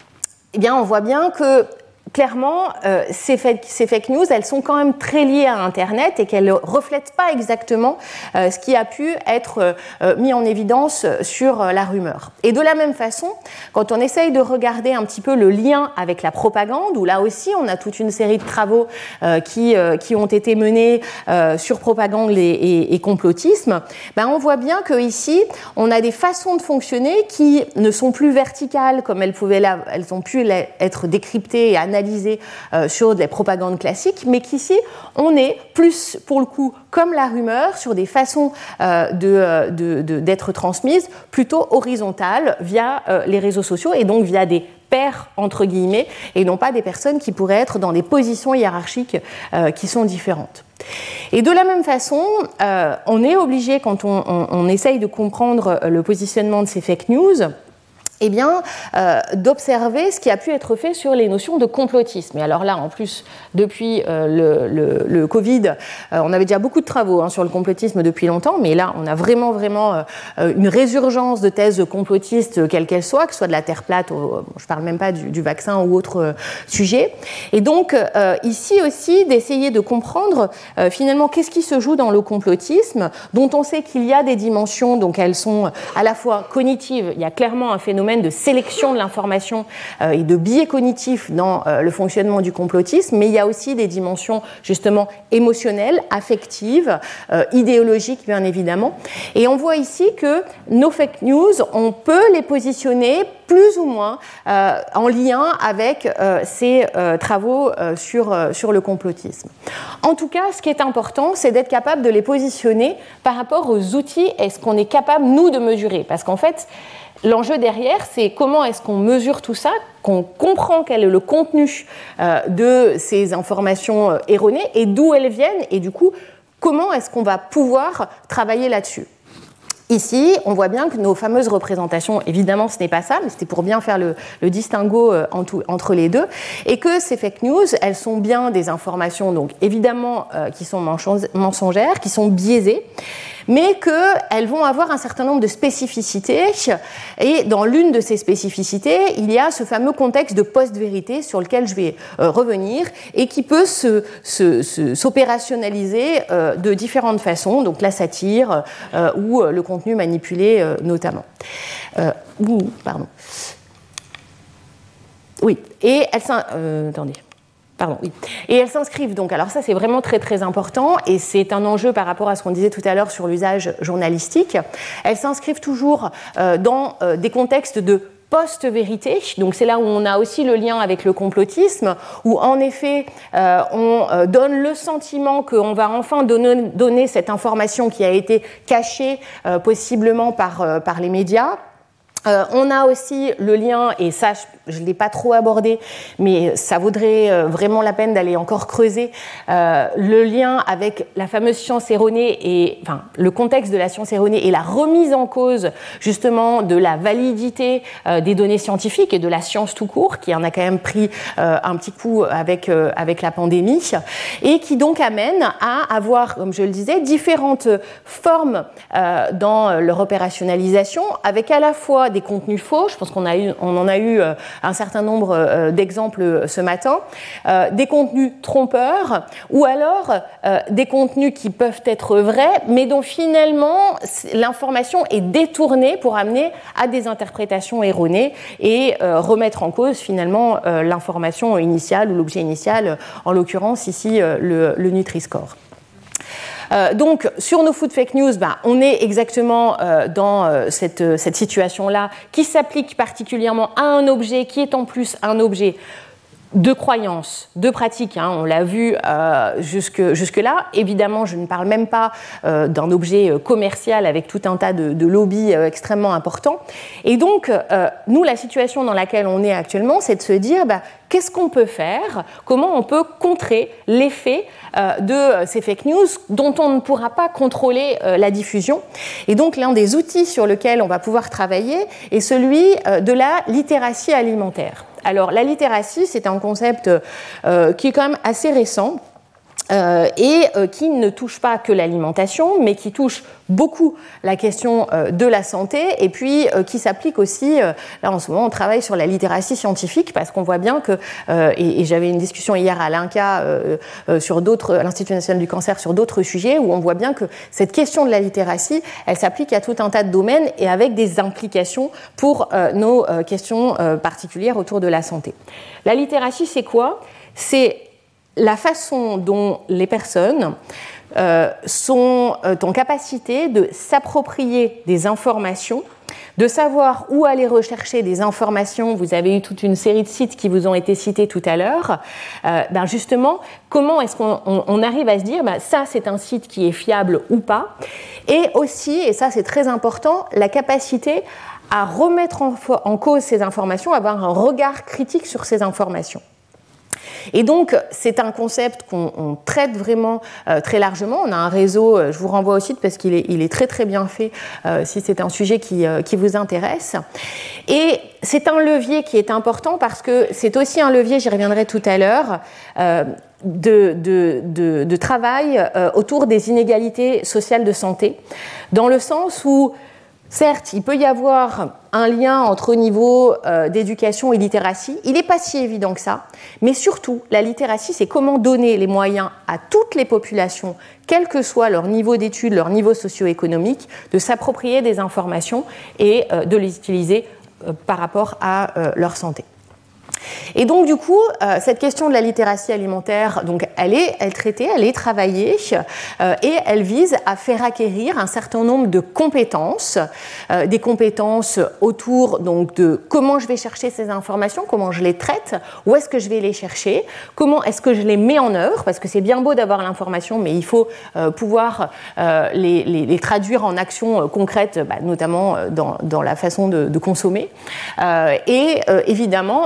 eh bien, on voit bien que clairement, euh, ces, fake, ces fake news, elles sont quand même très liées à Internet et qu'elles ne reflètent pas exactement euh, ce qui a pu être euh, mis en évidence sur euh, la rumeur. Et de la même façon, quand on essaye de regarder un petit peu le lien avec la propagande, où là aussi on a toute une série de travaux euh, qui, euh, qui ont été menés euh, sur propagande et, et, et complotisme, ben on voit bien qu'ici, on a des façons de fonctionner qui ne sont plus verticales comme elles, pouvaient la, elles ont pu être décryptées et analysées Euh, sur des propagandes classiques, mais qu'ici, on est plus, pour le coup, comme la rumeur, sur des façons euh, de, de, de, d'être transmises, plutôt horizontales, via euh, les réseaux sociaux, et donc via des pairs, entre guillemets, et non pas des personnes qui pourraient être dans des positions hiérarchiques euh, qui sont différentes. Et de la même façon, euh, on est obligé, quand on, on, on essaye de comprendre le positionnement de ces fake news, eh bien, euh, d'observer ce qui a pu être fait sur les notions de complotisme. Et alors là, en plus, depuis euh, le, le, le Covid, euh, on avait déjà beaucoup de travaux hein, sur le complotisme depuis longtemps, mais là, on a vraiment, vraiment euh, une résurgence de thèses complotistes, quelles qu'elles soient, que ce soit de la Terre plate, au, je ne parle même pas du, du vaccin ou autre euh, sujet. Et donc, euh, ici aussi, d'essayer de comprendre euh, finalement qu'est-ce qui se joue dans le complotisme, dont on sait qu'il y a des dimensions, donc elles sont à la fois cognitives, il y a clairement un phénomène de sélection de l'information euh, et de biais cognitifs dans euh, le fonctionnement du complotisme, mais il y a aussi des dimensions justement émotionnelles, affectives, euh, idéologiques bien évidemment. Et on voit ici que nos fake news, on peut les positionner plus ou moins euh, en lien avec euh, ces euh, travaux euh, sur, euh, sur le complotisme. En tout cas, ce qui est important, c'est d'être capable de les positionner par rapport aux outils et ce qu'on est capable, nous, de mesurer. Parce qu'en fait, l'enjeu derrière, c'est comment est-ce qu'on mesure tout ça, qu'on comprend quel est le contenu euh, de ces informations euh, erronées et d'où elles viennent, et du coup, comment est-ce qu'on va pouvoir travailler là-dessus. Ici, on voit bien que nos fameuses représentations, évidemment, ce n'est pas ça, mais c'était pour bien faire le, le distinguo euh, en tout, entre les deux, et que ces fake news, elles sont bien des informations, donc évidemment, euh, qui sont mensongères, qui sont biaisées, mais qu'elles vont avoir un certain nombre de spécificités, et dans l'une de ces spécificités, il y a ce fameux contexte de post-vérité sur lequel je vais euh, revenir, et qui peut se, se, se, s'opérationnaliser euh, de différentes façons, donc la satire euh, ou le contenu manipulé euh, notamment. Euh, ouh, pardon. Oui, et elles euh, attendez. Pardon, oui. Et elles s'inscrivent donc, alors ça c'est vraiment très très important et c'est un enjeu par rapport à ce qu'on disait tout à l'heure sur l'usage journalistique. Elles s'inscrivent toujours euh, dans euh, des contextes de post-vérité, donc c'est là où on a aussi le lien avec le complotisme, où en effet euh, on euh, donne le sentiment qu'on va enfin donner, donner cette information qui a été cachée euh, possiblement par, euh, par les médias. Euh, on a aussi le lien, et ça je ne l'ai pas trop abordé, mais ça vaudrait euh, vraiment la peine d'aller encore creuser, euh, le lien avec la fameuse science erronée, et, enfin le contexte de la science erronée et la remise en cause justement de la validité euh, des données scientifiques et de la science tout court, qui en a quand même pris euh, un petit coup avec, euh, avec la pandémie, et qui donc amène à avoir, comme je le disais, différentes formes euh, dans leur opérationnalisation, avec à la fois des contenus faux, je pense qu'on a eu, on en a eu euh, un certain nombre euh, d'exemples ce matin, euh, des contenus trompeurs, ou alors euh, des contenus qui peuvent être vrais, mais dont finalement l'information est détournée pour amener à des interprétations erronées et euh, remettre en cause finalement euh, l'information initiale ou l'objet initial, en l'occurrence ici euh, le, le Nutri-Score. Euh, donc, sur nos food fake news, bah, on est exactement euh, dans euh, cette, cette situation-là qui s'applique particulièrement à un objet qui est en plus un objet de croyances, de pratiques, hein, on l'a vu euh, jusque, jusque-là. Évidemment, je ne parle même pas euh, d'un objet commercial avec tout un tas de, de lobbies euh, extrêmement importants. Et donc, euh, nous, la situation dans laquelle on est actuellement, c'est de se dire, bah, qu'est-ce qu'on peut faire ? Comment on peut contrer l'effet euh, de ces fake news dont on ne pourra pas contrôler euh, la diffusion ? Et donc, l'un des outils sur lequel on va pouvoir travailler est celui euh, de la littératie alimentaire. Alors, la littératie, c'est un concept euh, qui est quand même assez récent euh, et euh, qui ne touche pas que l'alimentation, mais qui touche beaucoup la question euh, de la santé et puis euh, qui s'applique aussi, euh, là en ce moment on travaille sur la littératie scientifique parce qu'on voit bien que, euh, et, et j'avais une discussion hier à l'INCA euh, euh, sur d'autres, à l'Institut national du cancer sur d'autres sujets où on voit bien que cette question de la littératie, elle s'applique à tout un tas de domaines et avec des implications pour euh, nos euh, questions euh, particulières autour de la santé. La littératie, c'est quoi ? C'est la façon dont les personnes euh, sont euh, en capacité de s'approprier des informations, de savoir où aller rechercher des informations. Vous avez eu toute une série de sites qui vous ont été cités tout à l'heure. Euh, ben justement, comment est-ce qu'on on, on arrive à se dire ben ça c'est un site qui est fiable ou pas, et aussi, et ça c'est très important, la capacité à remettre en, en cause ces informations, à avoir un regard critique sur ces informations. Et donc, c'est un concept qu'on on traite vraiment euh, très largement. On a un réseau, euh, je vous renvoie au site parce qu'il est, il est très très bien fait euh, si c'est un sujet qui, euh, qui vous intéresse. Et c'est un levier qui est important parce que c'est aussi un levier, j'y reviendrai tout à l'heure, euh, de, de, de, de travail euh, autour des inégalités sociales de santé, dans le sens où certes, il peut y avoir un lien entre niveau euh, d'éducation et littératie. Il n'est pas si évident que ça. Mais surtout, la littératie, c'est comment donner les moyens à toutes les populations, quel que soit leur niveau d'études, leur niveau socio-économique, de s'approprier des informations et euh, de les utiliser euh, par rapport à euh, leur santé. Et donc du coup, euh, cette question de la littératie alimentaire, donc elle est, elle est traitée, elle est travaillée euh, et elle vise à faire acquérir un certain nombre de compétences, euh, des compétences autour donc de comment je vais chercher ces informations, comment je les traite, où est-ce que je vais les chercher, comment est-ce que je les mets en œuvre, parce que c'est bien beau d'avoir l'information, mais il faut euh, pouvoir euh, les, les, les traduire en actions concrètes, bah, notamment dans, dans la façon de, de consommer, euh, et euh, évidemment en essayant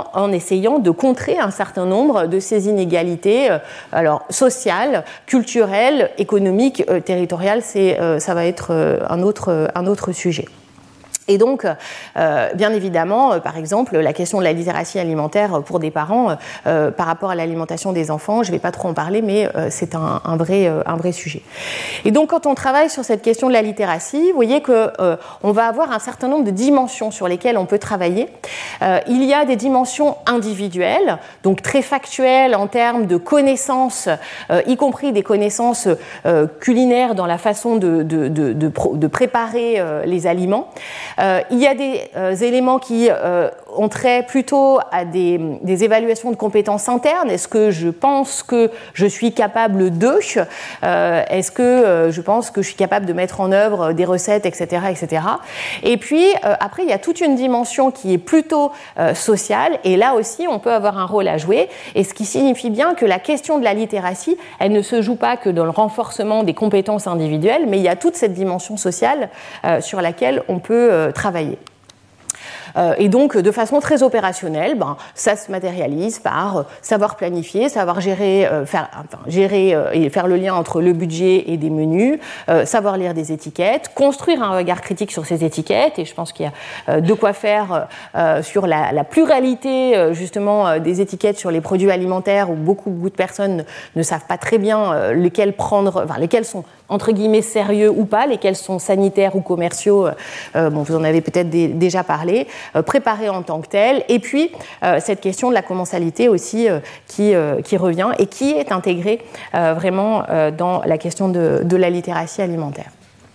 essayant de contrer un certain nombre de ces inégalités euh, alors, sociales, culturelles, économiques, euh, territoriales. C'est, euh, ça va être euh, un, autre, un autre sujet. Et donc, euh, bien évidemment, euh, par exemple, la question de la littératie alimentaire pour des parents euh, par rapport à l'alimentation des enfants, je ne vais pas trop en parler, mais euh, c'est un, un, vrai, euh, un vrai sujet. Et donc, quand on travaille sur cette question de la littératie, vous voyez qu'on euh, va avoir un certain nombre de dimensions sur lesquelles on peut travailler. Euh, il y a des dimensions individuelles, donc très factuelles en termes de connaissances, euh, y compris des connaissances euh, culinaires dans la façon de, de, de, de, de préparer euh, les aliments. Euh, il y a des euh, éléments qui euh, ont trait plutôt à des, des évaluations de compétences internes. Est-ce que je pense que je suis capable de euh, Est-ce que euh, je pense que je suis capable de mettre en œuvre des recettes, et cetera, et cetera. Et puis, euh, après, il y a toute une dimension qui est plutôt euh, sociale. Et là aussi, on peut avoir un rôle à jouer. Et ce qui signifie bien que la question de la littératie, elle ne se joue pas que dans le renforcement des compétences individuelles, mais il y a toute cette dimension sociale euh, sur laquelle on peut euh, travailler. Euh, et donc, de façon très opérationnelle, ben, ça se matérialise par euh, savoir planifier, savoir gérer, euh, faire, enfin, gérer euh, et faire le lien entre le budget et des menus, euh, savoir lire des étiquettes, construire un regard critique sur ces étiquettes. Et je pense qu'il y a euh, de quoi faire euh, sur la, la pluralité euh, justement euh, des étiquettes sur les produits alimentaires où beaucoup, beaucoup de personnes ne, ne savent pas très bien euh, lesquels prendre, enfin, lesquels sont entre guillemets sérieux ou pas, lesquels sont sanitaires ou commerciaux, euh, bon, vous en avez peut-être des, déjà parlé, euh, préparés en tant que tels, et puis euh, cette question de la commensalité aussi euh, qui, euh, qui revient et qui est intégrée euh, vraiment euh, dans la question de, de la littératie alimentaire.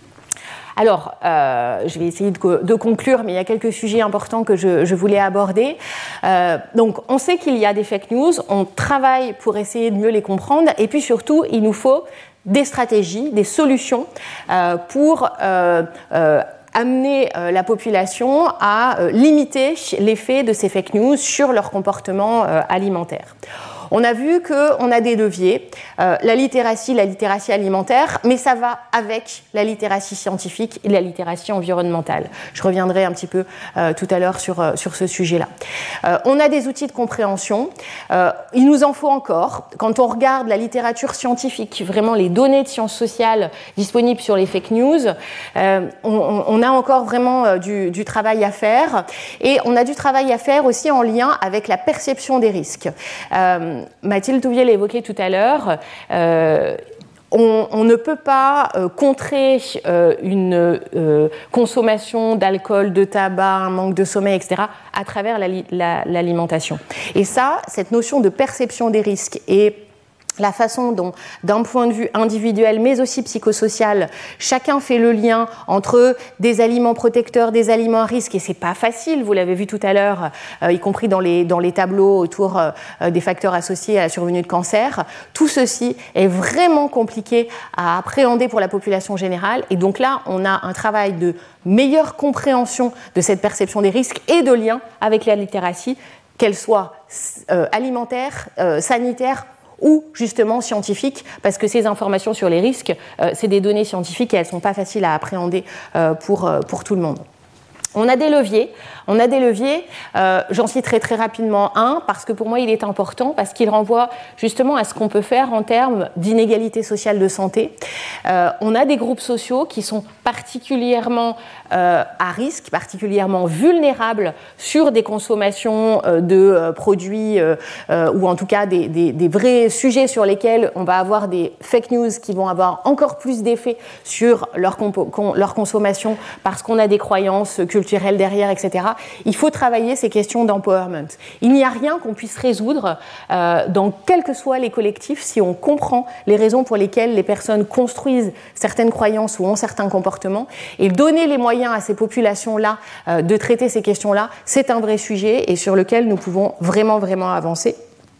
Alors, euh, je vais essayer de, de conclure, mais il y a quelques sujets importants que je, je voulais aborder. Euh, donc, on sait qu'il y a des fake news, on travaille pour essayer de mieux les comprendre, et puis surtout, il nous faut des stratégies, des solutions euh, pour euh, euh, amener euh, la population à euh, limiter l'effet de ces fake news sur leur comportement euh, alimentaire. On a vu qu'on a des leviers, euh, la littératie, la littératie alimentaire, mais ça va avec la littératie scientifique et la littératie environnementale. Je reviendrai un petit peu euh, tout à l'heure sur, euh, sur ce sujet-là. Euh, on a des outils de compréhension, euh, il nous en faut encore. Quand on regarde la littérature scientifique, vraiment les données de sciences sociales disponibles sur les fake news, euh, on, on a encore vraiment euh, du, du travail à faire. Et on a du travail à faire aussi en lien avec la perception des risques. Euh, Mathilde Touvier l'a évoqué tout à l'heure, euh, on, on ne peut pas euh, contrer euh, une euh, consommation d'alcool, de tabac, un manque de sommeil, et cetera à travers la, la, l'alimentation. Et ça, cette notion de perception des risques et la façon dont, d'un point de vue individuel, mais aussi psychosocial, chacun fait le lien entre des aliments protecteurs, des aliments à risque, et c'est pas facile, vous l'avez vu tout à l'heure, euh, y compris dans les, dans les tableaux autour euh, des facteurs associés à la survenue de cancer. Tout ceci est vraiment compliqué à appréhender pour la population générale, et donc là, on a un travail de meilleure compréhension de cette perception des risques et de lien avec la littératie, qu'elle soit euh, alimentaire, euh, sanitaire, ou justement scientifiques, parce que ces informations sur les risques, euh, c'est des données scientifiques et elles ne sont pas faciles à appréhender euh, pour, euh, pour tout le monde. On a des leviers, on a des leviers, euh, j'en citerai très rapidement un, parce que pour moi il est important, parce qu'il renvoie justement à ce qu'on peut faire en termes d'inégalité sociale de santé. Euh, on a des groupes sociaux qui sont particulièrement euh, à risque, particulièrement vulnérables sur des consommations euh, de euh, produits, euh, euh, ou en tout cas des, des, des vrais sujets sur lesquels on va avoir des fake news qui vont avoir encore plus d'effet sur leur, compo- con- leur consommation, parce qu'on a des croyances culturelles culturel derrière, et cetera. Il faut travailler ces questions d'empowerment. Il n'y a rien qu'on puisse résoudre euh, dans quels que soient les collectifs si on comprend les raisons pour lesquelles les personnes construisent certaines croyances ou ont certains comportements. Et donner les moyens à ces populations-là euh, de traiter ces questions-là, c'est un vrai sujet et sur lequel nous pouvons vraiment, vraiment avancer.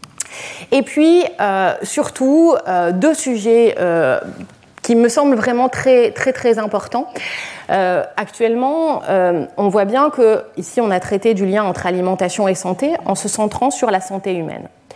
Et puis, euh, surtout, euh, deux sujets euh, qui me semblent vraiment très, très, très importants. Euh, actuellement, euh, on voit bien que ici, on a traité du lien entre alimentation et santé en se centrant sur la santé humaine.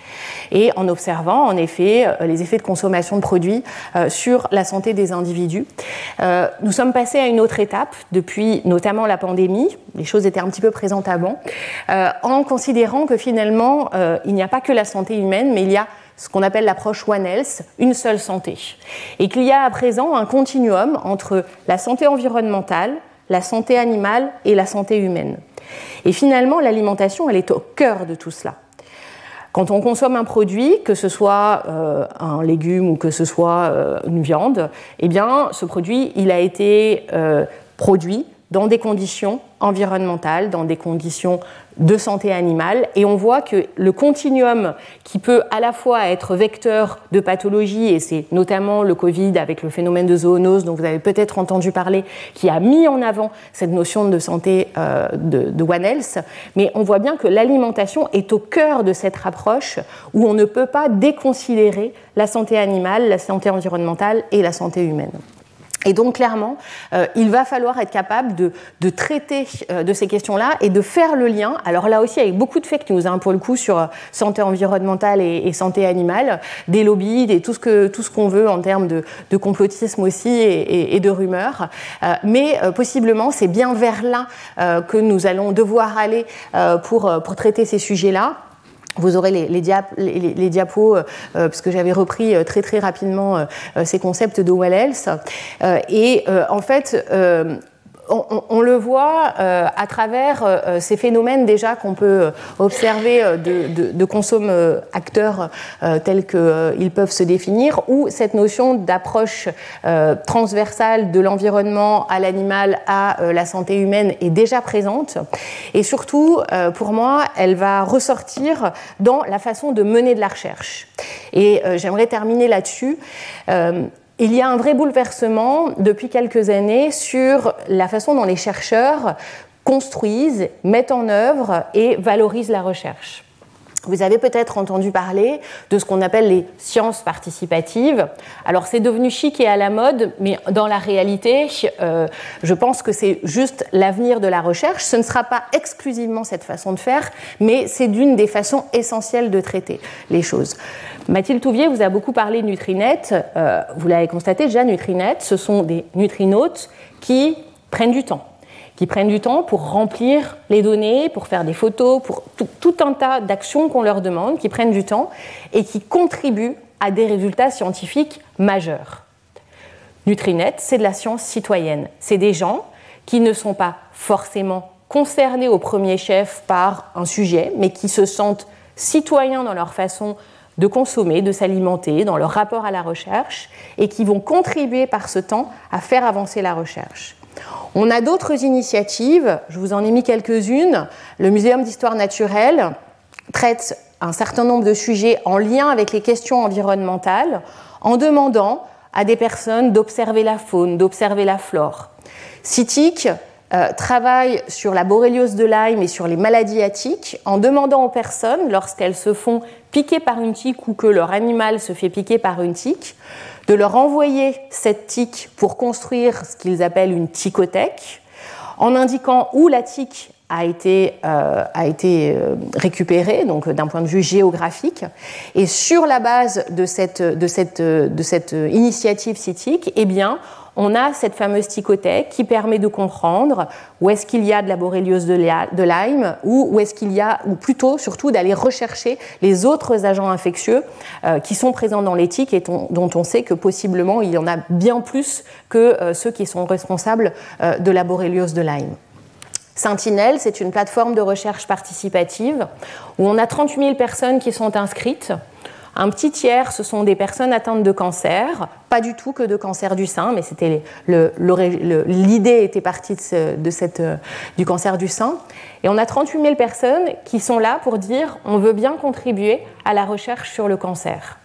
et en observant en effet les effets de consommation de produits euh, sur la santé des individus. Euh, nous sommes passés à une autre étape depuis notamment la pandémie, les choses étaient un petit peu présentes avant, euh, en considérant que finalement euh, il n'y a pas que la santé humaine, mais il y a ce qu'on appelle l'approche One Health, une seule santé. Et qu'il y a à présent un continuum entre la santé environnementale, la santé animale et la santé humaine. Et finalement, l'alimentation, elle est au cœur de tout cela. Quand on consomme un produit, que ce soit euh, un légume ou que ce soit euh, une viande, eh bien, ce produit, il a été euh, produit dans des conditions environnementales, dans des conditions de santé animale, et on voit que le continuum qui peut à la fois être vecteur de pathologie, et c'est notamment le Covid avec le phénomène de zoonose dont vous avez peut-être entendu parler, qui a mis en avant cette notion de santé euh, de, de One Health, mais on voit bien que l'alimentation est au cœur de cette approche où on ne peut pas déconsidérer la santé animale, la santé environnementale et la santé humaine. Et donc, clairement, euh, il va falloir être capable de, de traiter euh, de ces questions-là et de faire le lien, alors là aussi avec beaucoup de fake news, hein, pour le coup, sur euh, santé environnementale et, et santé animale, des lobbies, des, tout, ce que, tout ce qu'on veut en termes de, de complotisme aussi et, et, et de rumeurs. Euh, mais euh, possiblement, c'est bien vers là euh, que nous allons devoir aller euh, pour, pour traiter ces sujets-là. Vous aurez les, les, diap, les, les diapos, euh, parce que j'avais repris euh, très très rapidement euh, ces concepts de One Health. Euh, et euh, en fait, euh, on, on, on le voit euh, à travers euh, ces phénomènes déjà qu'on peut observer euh, de, de, de consomme-acteurs euh, tels qu'ils euh, peuvent se définir, où cette notion d'approche euh, transversale de l'environnement à l'animal, à euh, la santé humaine est déjà présente. Et surtout, euh, pour moi, elle va ressortir dans la façon de mener de la recherche. Et euh, j'aimerais terminer là-dessus. Euh, Il y a un vrai bouleversement depuis quelques années sur la façon dont les chercheurs construisent, mettent en œuvre et valorisent la recherche. Vous avez peut-être entendu parler de ce qu'on appelle les sciences participatives. Alors c'est devenu chic et à la mode, mais dans la réalité, euh, je pense que c'est juste l'avenir de la recherche. Ce ne sera pas exclusivement cette façon de faire, mais c'est d'une des façons essentielles de traiter les choses. Mathilde Touvier vous a beaucoup parlé de Nutrinet. Euh, vous l'avez constaté déjà, Nutrinet, ce sont des nutrinautes qui prennent du temps. qui prennent du temps pour remplir les données, pour faire des photos, pour tout, tout un tas d'actions qu'on leur demande, qui prennent du temps et qui contribuent à des résultats scientifiques majeurs. Nutrinet, c'est de la science citoyenne. C'est des gens qui ne sont pas forcément concernés au premier chef par un sujet, mais qui se sentent citoyens dans leur façon de consommer, de s'alimenter, dans leur rapport à la recherche, et qui vont contribuer par ce temps à faire avancer la recherche. On a d'autres initiatives, je vous en ai mis quelques-unes. Le Muséum d'histoire naturelle traite un certain nombre de sujets en lien avec les questions environnementales, en demandant à des personnes d'observer la faune, d'observer la flore. CITIC euh, travaille sur la borréliose de Lyme et sur les maladies à tiques, en demandant aux personnes, lorsqu'elles se font piquer par une tique ou que leur animal se fait piquer par une tique, de leur envoyer cette tique pour construire ce qu'ils appellent une ticothèque, en indiquant où la tique a été, euh, a été euh, récupérée, donc d'un point de vue géographique. Et sur la base de cette, de cette, de cette initiative CITIC, eh bien, on a cette fameuse ticothèque qui permet de comprendre où est-ce qu'il y a de la borréliose de Lyme ou où est-ce qu'il y a, ou plutôt surtout d'aller rechercher les autres agents infectieux euh, qui sont présents dans les tiques et ton, dont on sait que possiblement il y en a bien plus que euh, ceux qui sont responsables euh, de la borréliose de Lyme. Sentinelle, c'est une plateforme de recherche participative où on a trente-huit mille personnes qui sont inscrites. Un petit tiers, ce sont des personnes atteintes de cancer, pas du tout que de cancer du sein, mais c'était le, le, l'idée était partie de, ce, de cette, du cancer du sein. Et on a trente-huit mille personnes qui sont là pour dire on veut bien contribuer à la recherche sur le cancer.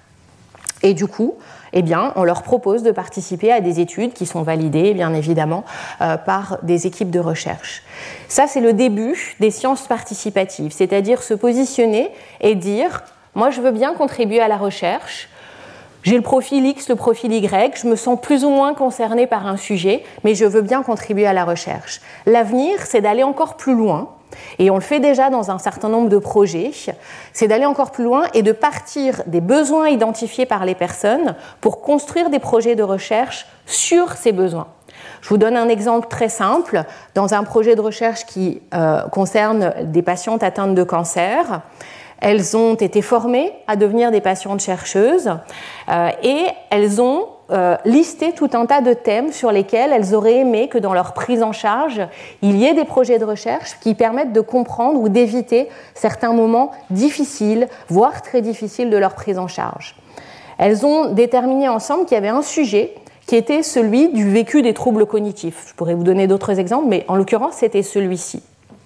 Et du coup, eh bien, on leur propose de participer à des études qui sont validées, bien évidemment, euh, par des équipes de recherche. Ça, c'est le début des sciences participatives, c'est-à-dire se positionner et dire moi, je veux bien contribuer à la recherche. J'ai le profil X, le profil Y. Je me sens plus ou moins concernée par un sujet, mais je veux bien contribuer à la recherche. L'avenir, c'est d'aller encore plus loin Et on le fait déjà dans un certain nombre de projets, c'est d'aller encore plus loin et de partir des besoins identifiés par les personnes pour construire des projets de recherche sur ces besoins. Je vous donne un exemple très simple. Dans un projet de recherche qui euh, concerne des patientes atteintes de cancer, elles ont été formées à devenir des patientes chercheuses euh, et elles ont euh, listé tout un tas de thèmes sur lesquels elles auraient aimé que dans leur prise en charge, il y ait des projets de recherche qui permettent de comprendre ou d'éviter certains moments difficiles, voire très difficiles de leur prise en charge. Elles ont déterminé ensemble qu'il y avait un sujet qui était celui du vécu des troubles cognitifs. Je pourrais vous donner d'autres exemples, mais en l'occurrence, c'était celui-ci.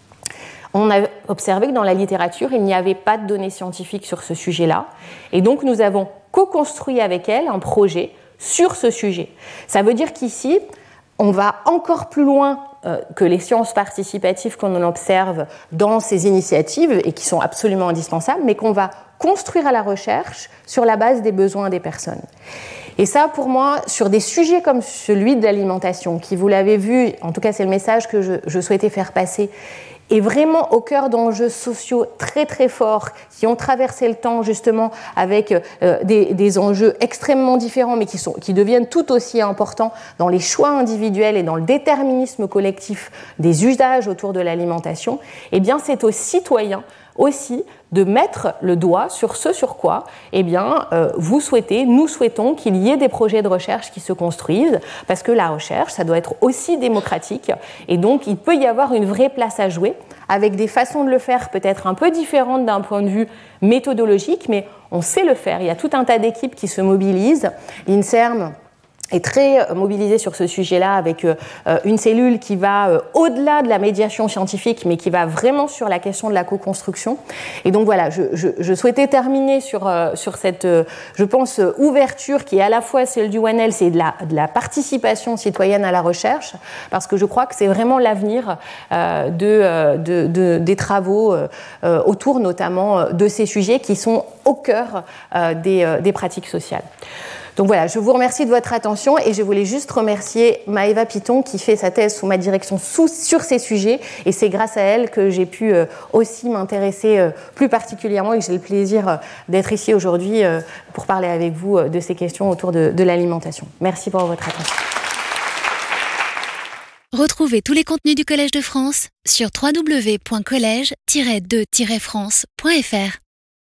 On a observé que dans la littérature, il n'y avait pas de données scientifiques sur ce sujet-là. Et donc, nous avons co-construit avec elles un projet sur ce sujet. Ça veut dire qu'ici, on va encore plus loin euh, que les sciences participatives qu'on observe dans ces initiatives et qui sont absolument indispensables, mais qu'on va construire à la recherche sur la base des besoins des personnes. Et ça, pour moi, sur des sujets comme celui de l'alimentation, qui, vous l'avez vu, en tout cas c'est le message que je, je souhaitais faire passer, est vraiment au cœur d'enjeux sociaux très très forts qui ont traversé le temps justement avec euh, des, des enjeux extrêmement différents mais qui, sont, qui deviennent tout aussi importants dans les choix individuels et dans le déterminisme collectif des usages autour de l'alimentation, eh bien c'est aux citoyens aussi de mettre le doigt sur ce sur quoi eh bien, euh, vous souhaitez, nous souhaitons qu'il y ait des projets de recherche qui se construisent, parce que la recherche, ça doit être aussi démocratique, et donc il peut y avoir une vraie place à jouer, avec des façons de le faire peut-être un peu différentes d'un point de vue méthodologique, mais on sait le faire. Il y a tout un tas d'équipes qui se mobilisent. L'INSERM est très mobilisé sur ce sujet-là avec euh, une cellule qui va euh, au-delà de la médiation scientifique, mais qui va vraiment sur la question de la co-construction. Et donc voilà, je, je, je souhaitais terminer sur, euh, sur cette, euh, je pense, ouverture qui est à la fois celle du One Health et de la, de la participation citoyenne à la recherche, parce que je crois que c'est vraiment l'avenir euh, de, de, de, des travaux euh, autour notamment de ces sujets qui sont au cœur euh, des, euh, des pratiques sociales. Donc voilà, je vous remercie de votre attention et je voulais juste remercier Maëva Piton qui fait sa thèse sous ma direction sous, sur ces sujets, et c'est grâce à elle que j'ai pu euh, aussi m'intéresser euh, plus particulièrement et que j'ai le plaisir euh, d'être ici aujourd'hui euh, pour parler avec vous euh, de ces questions autour de, de l'alimentation. Merci pour votre attention. Retrouvez tous les contenus du Collège de France sur w w w point collège tiret de tiret france point f r.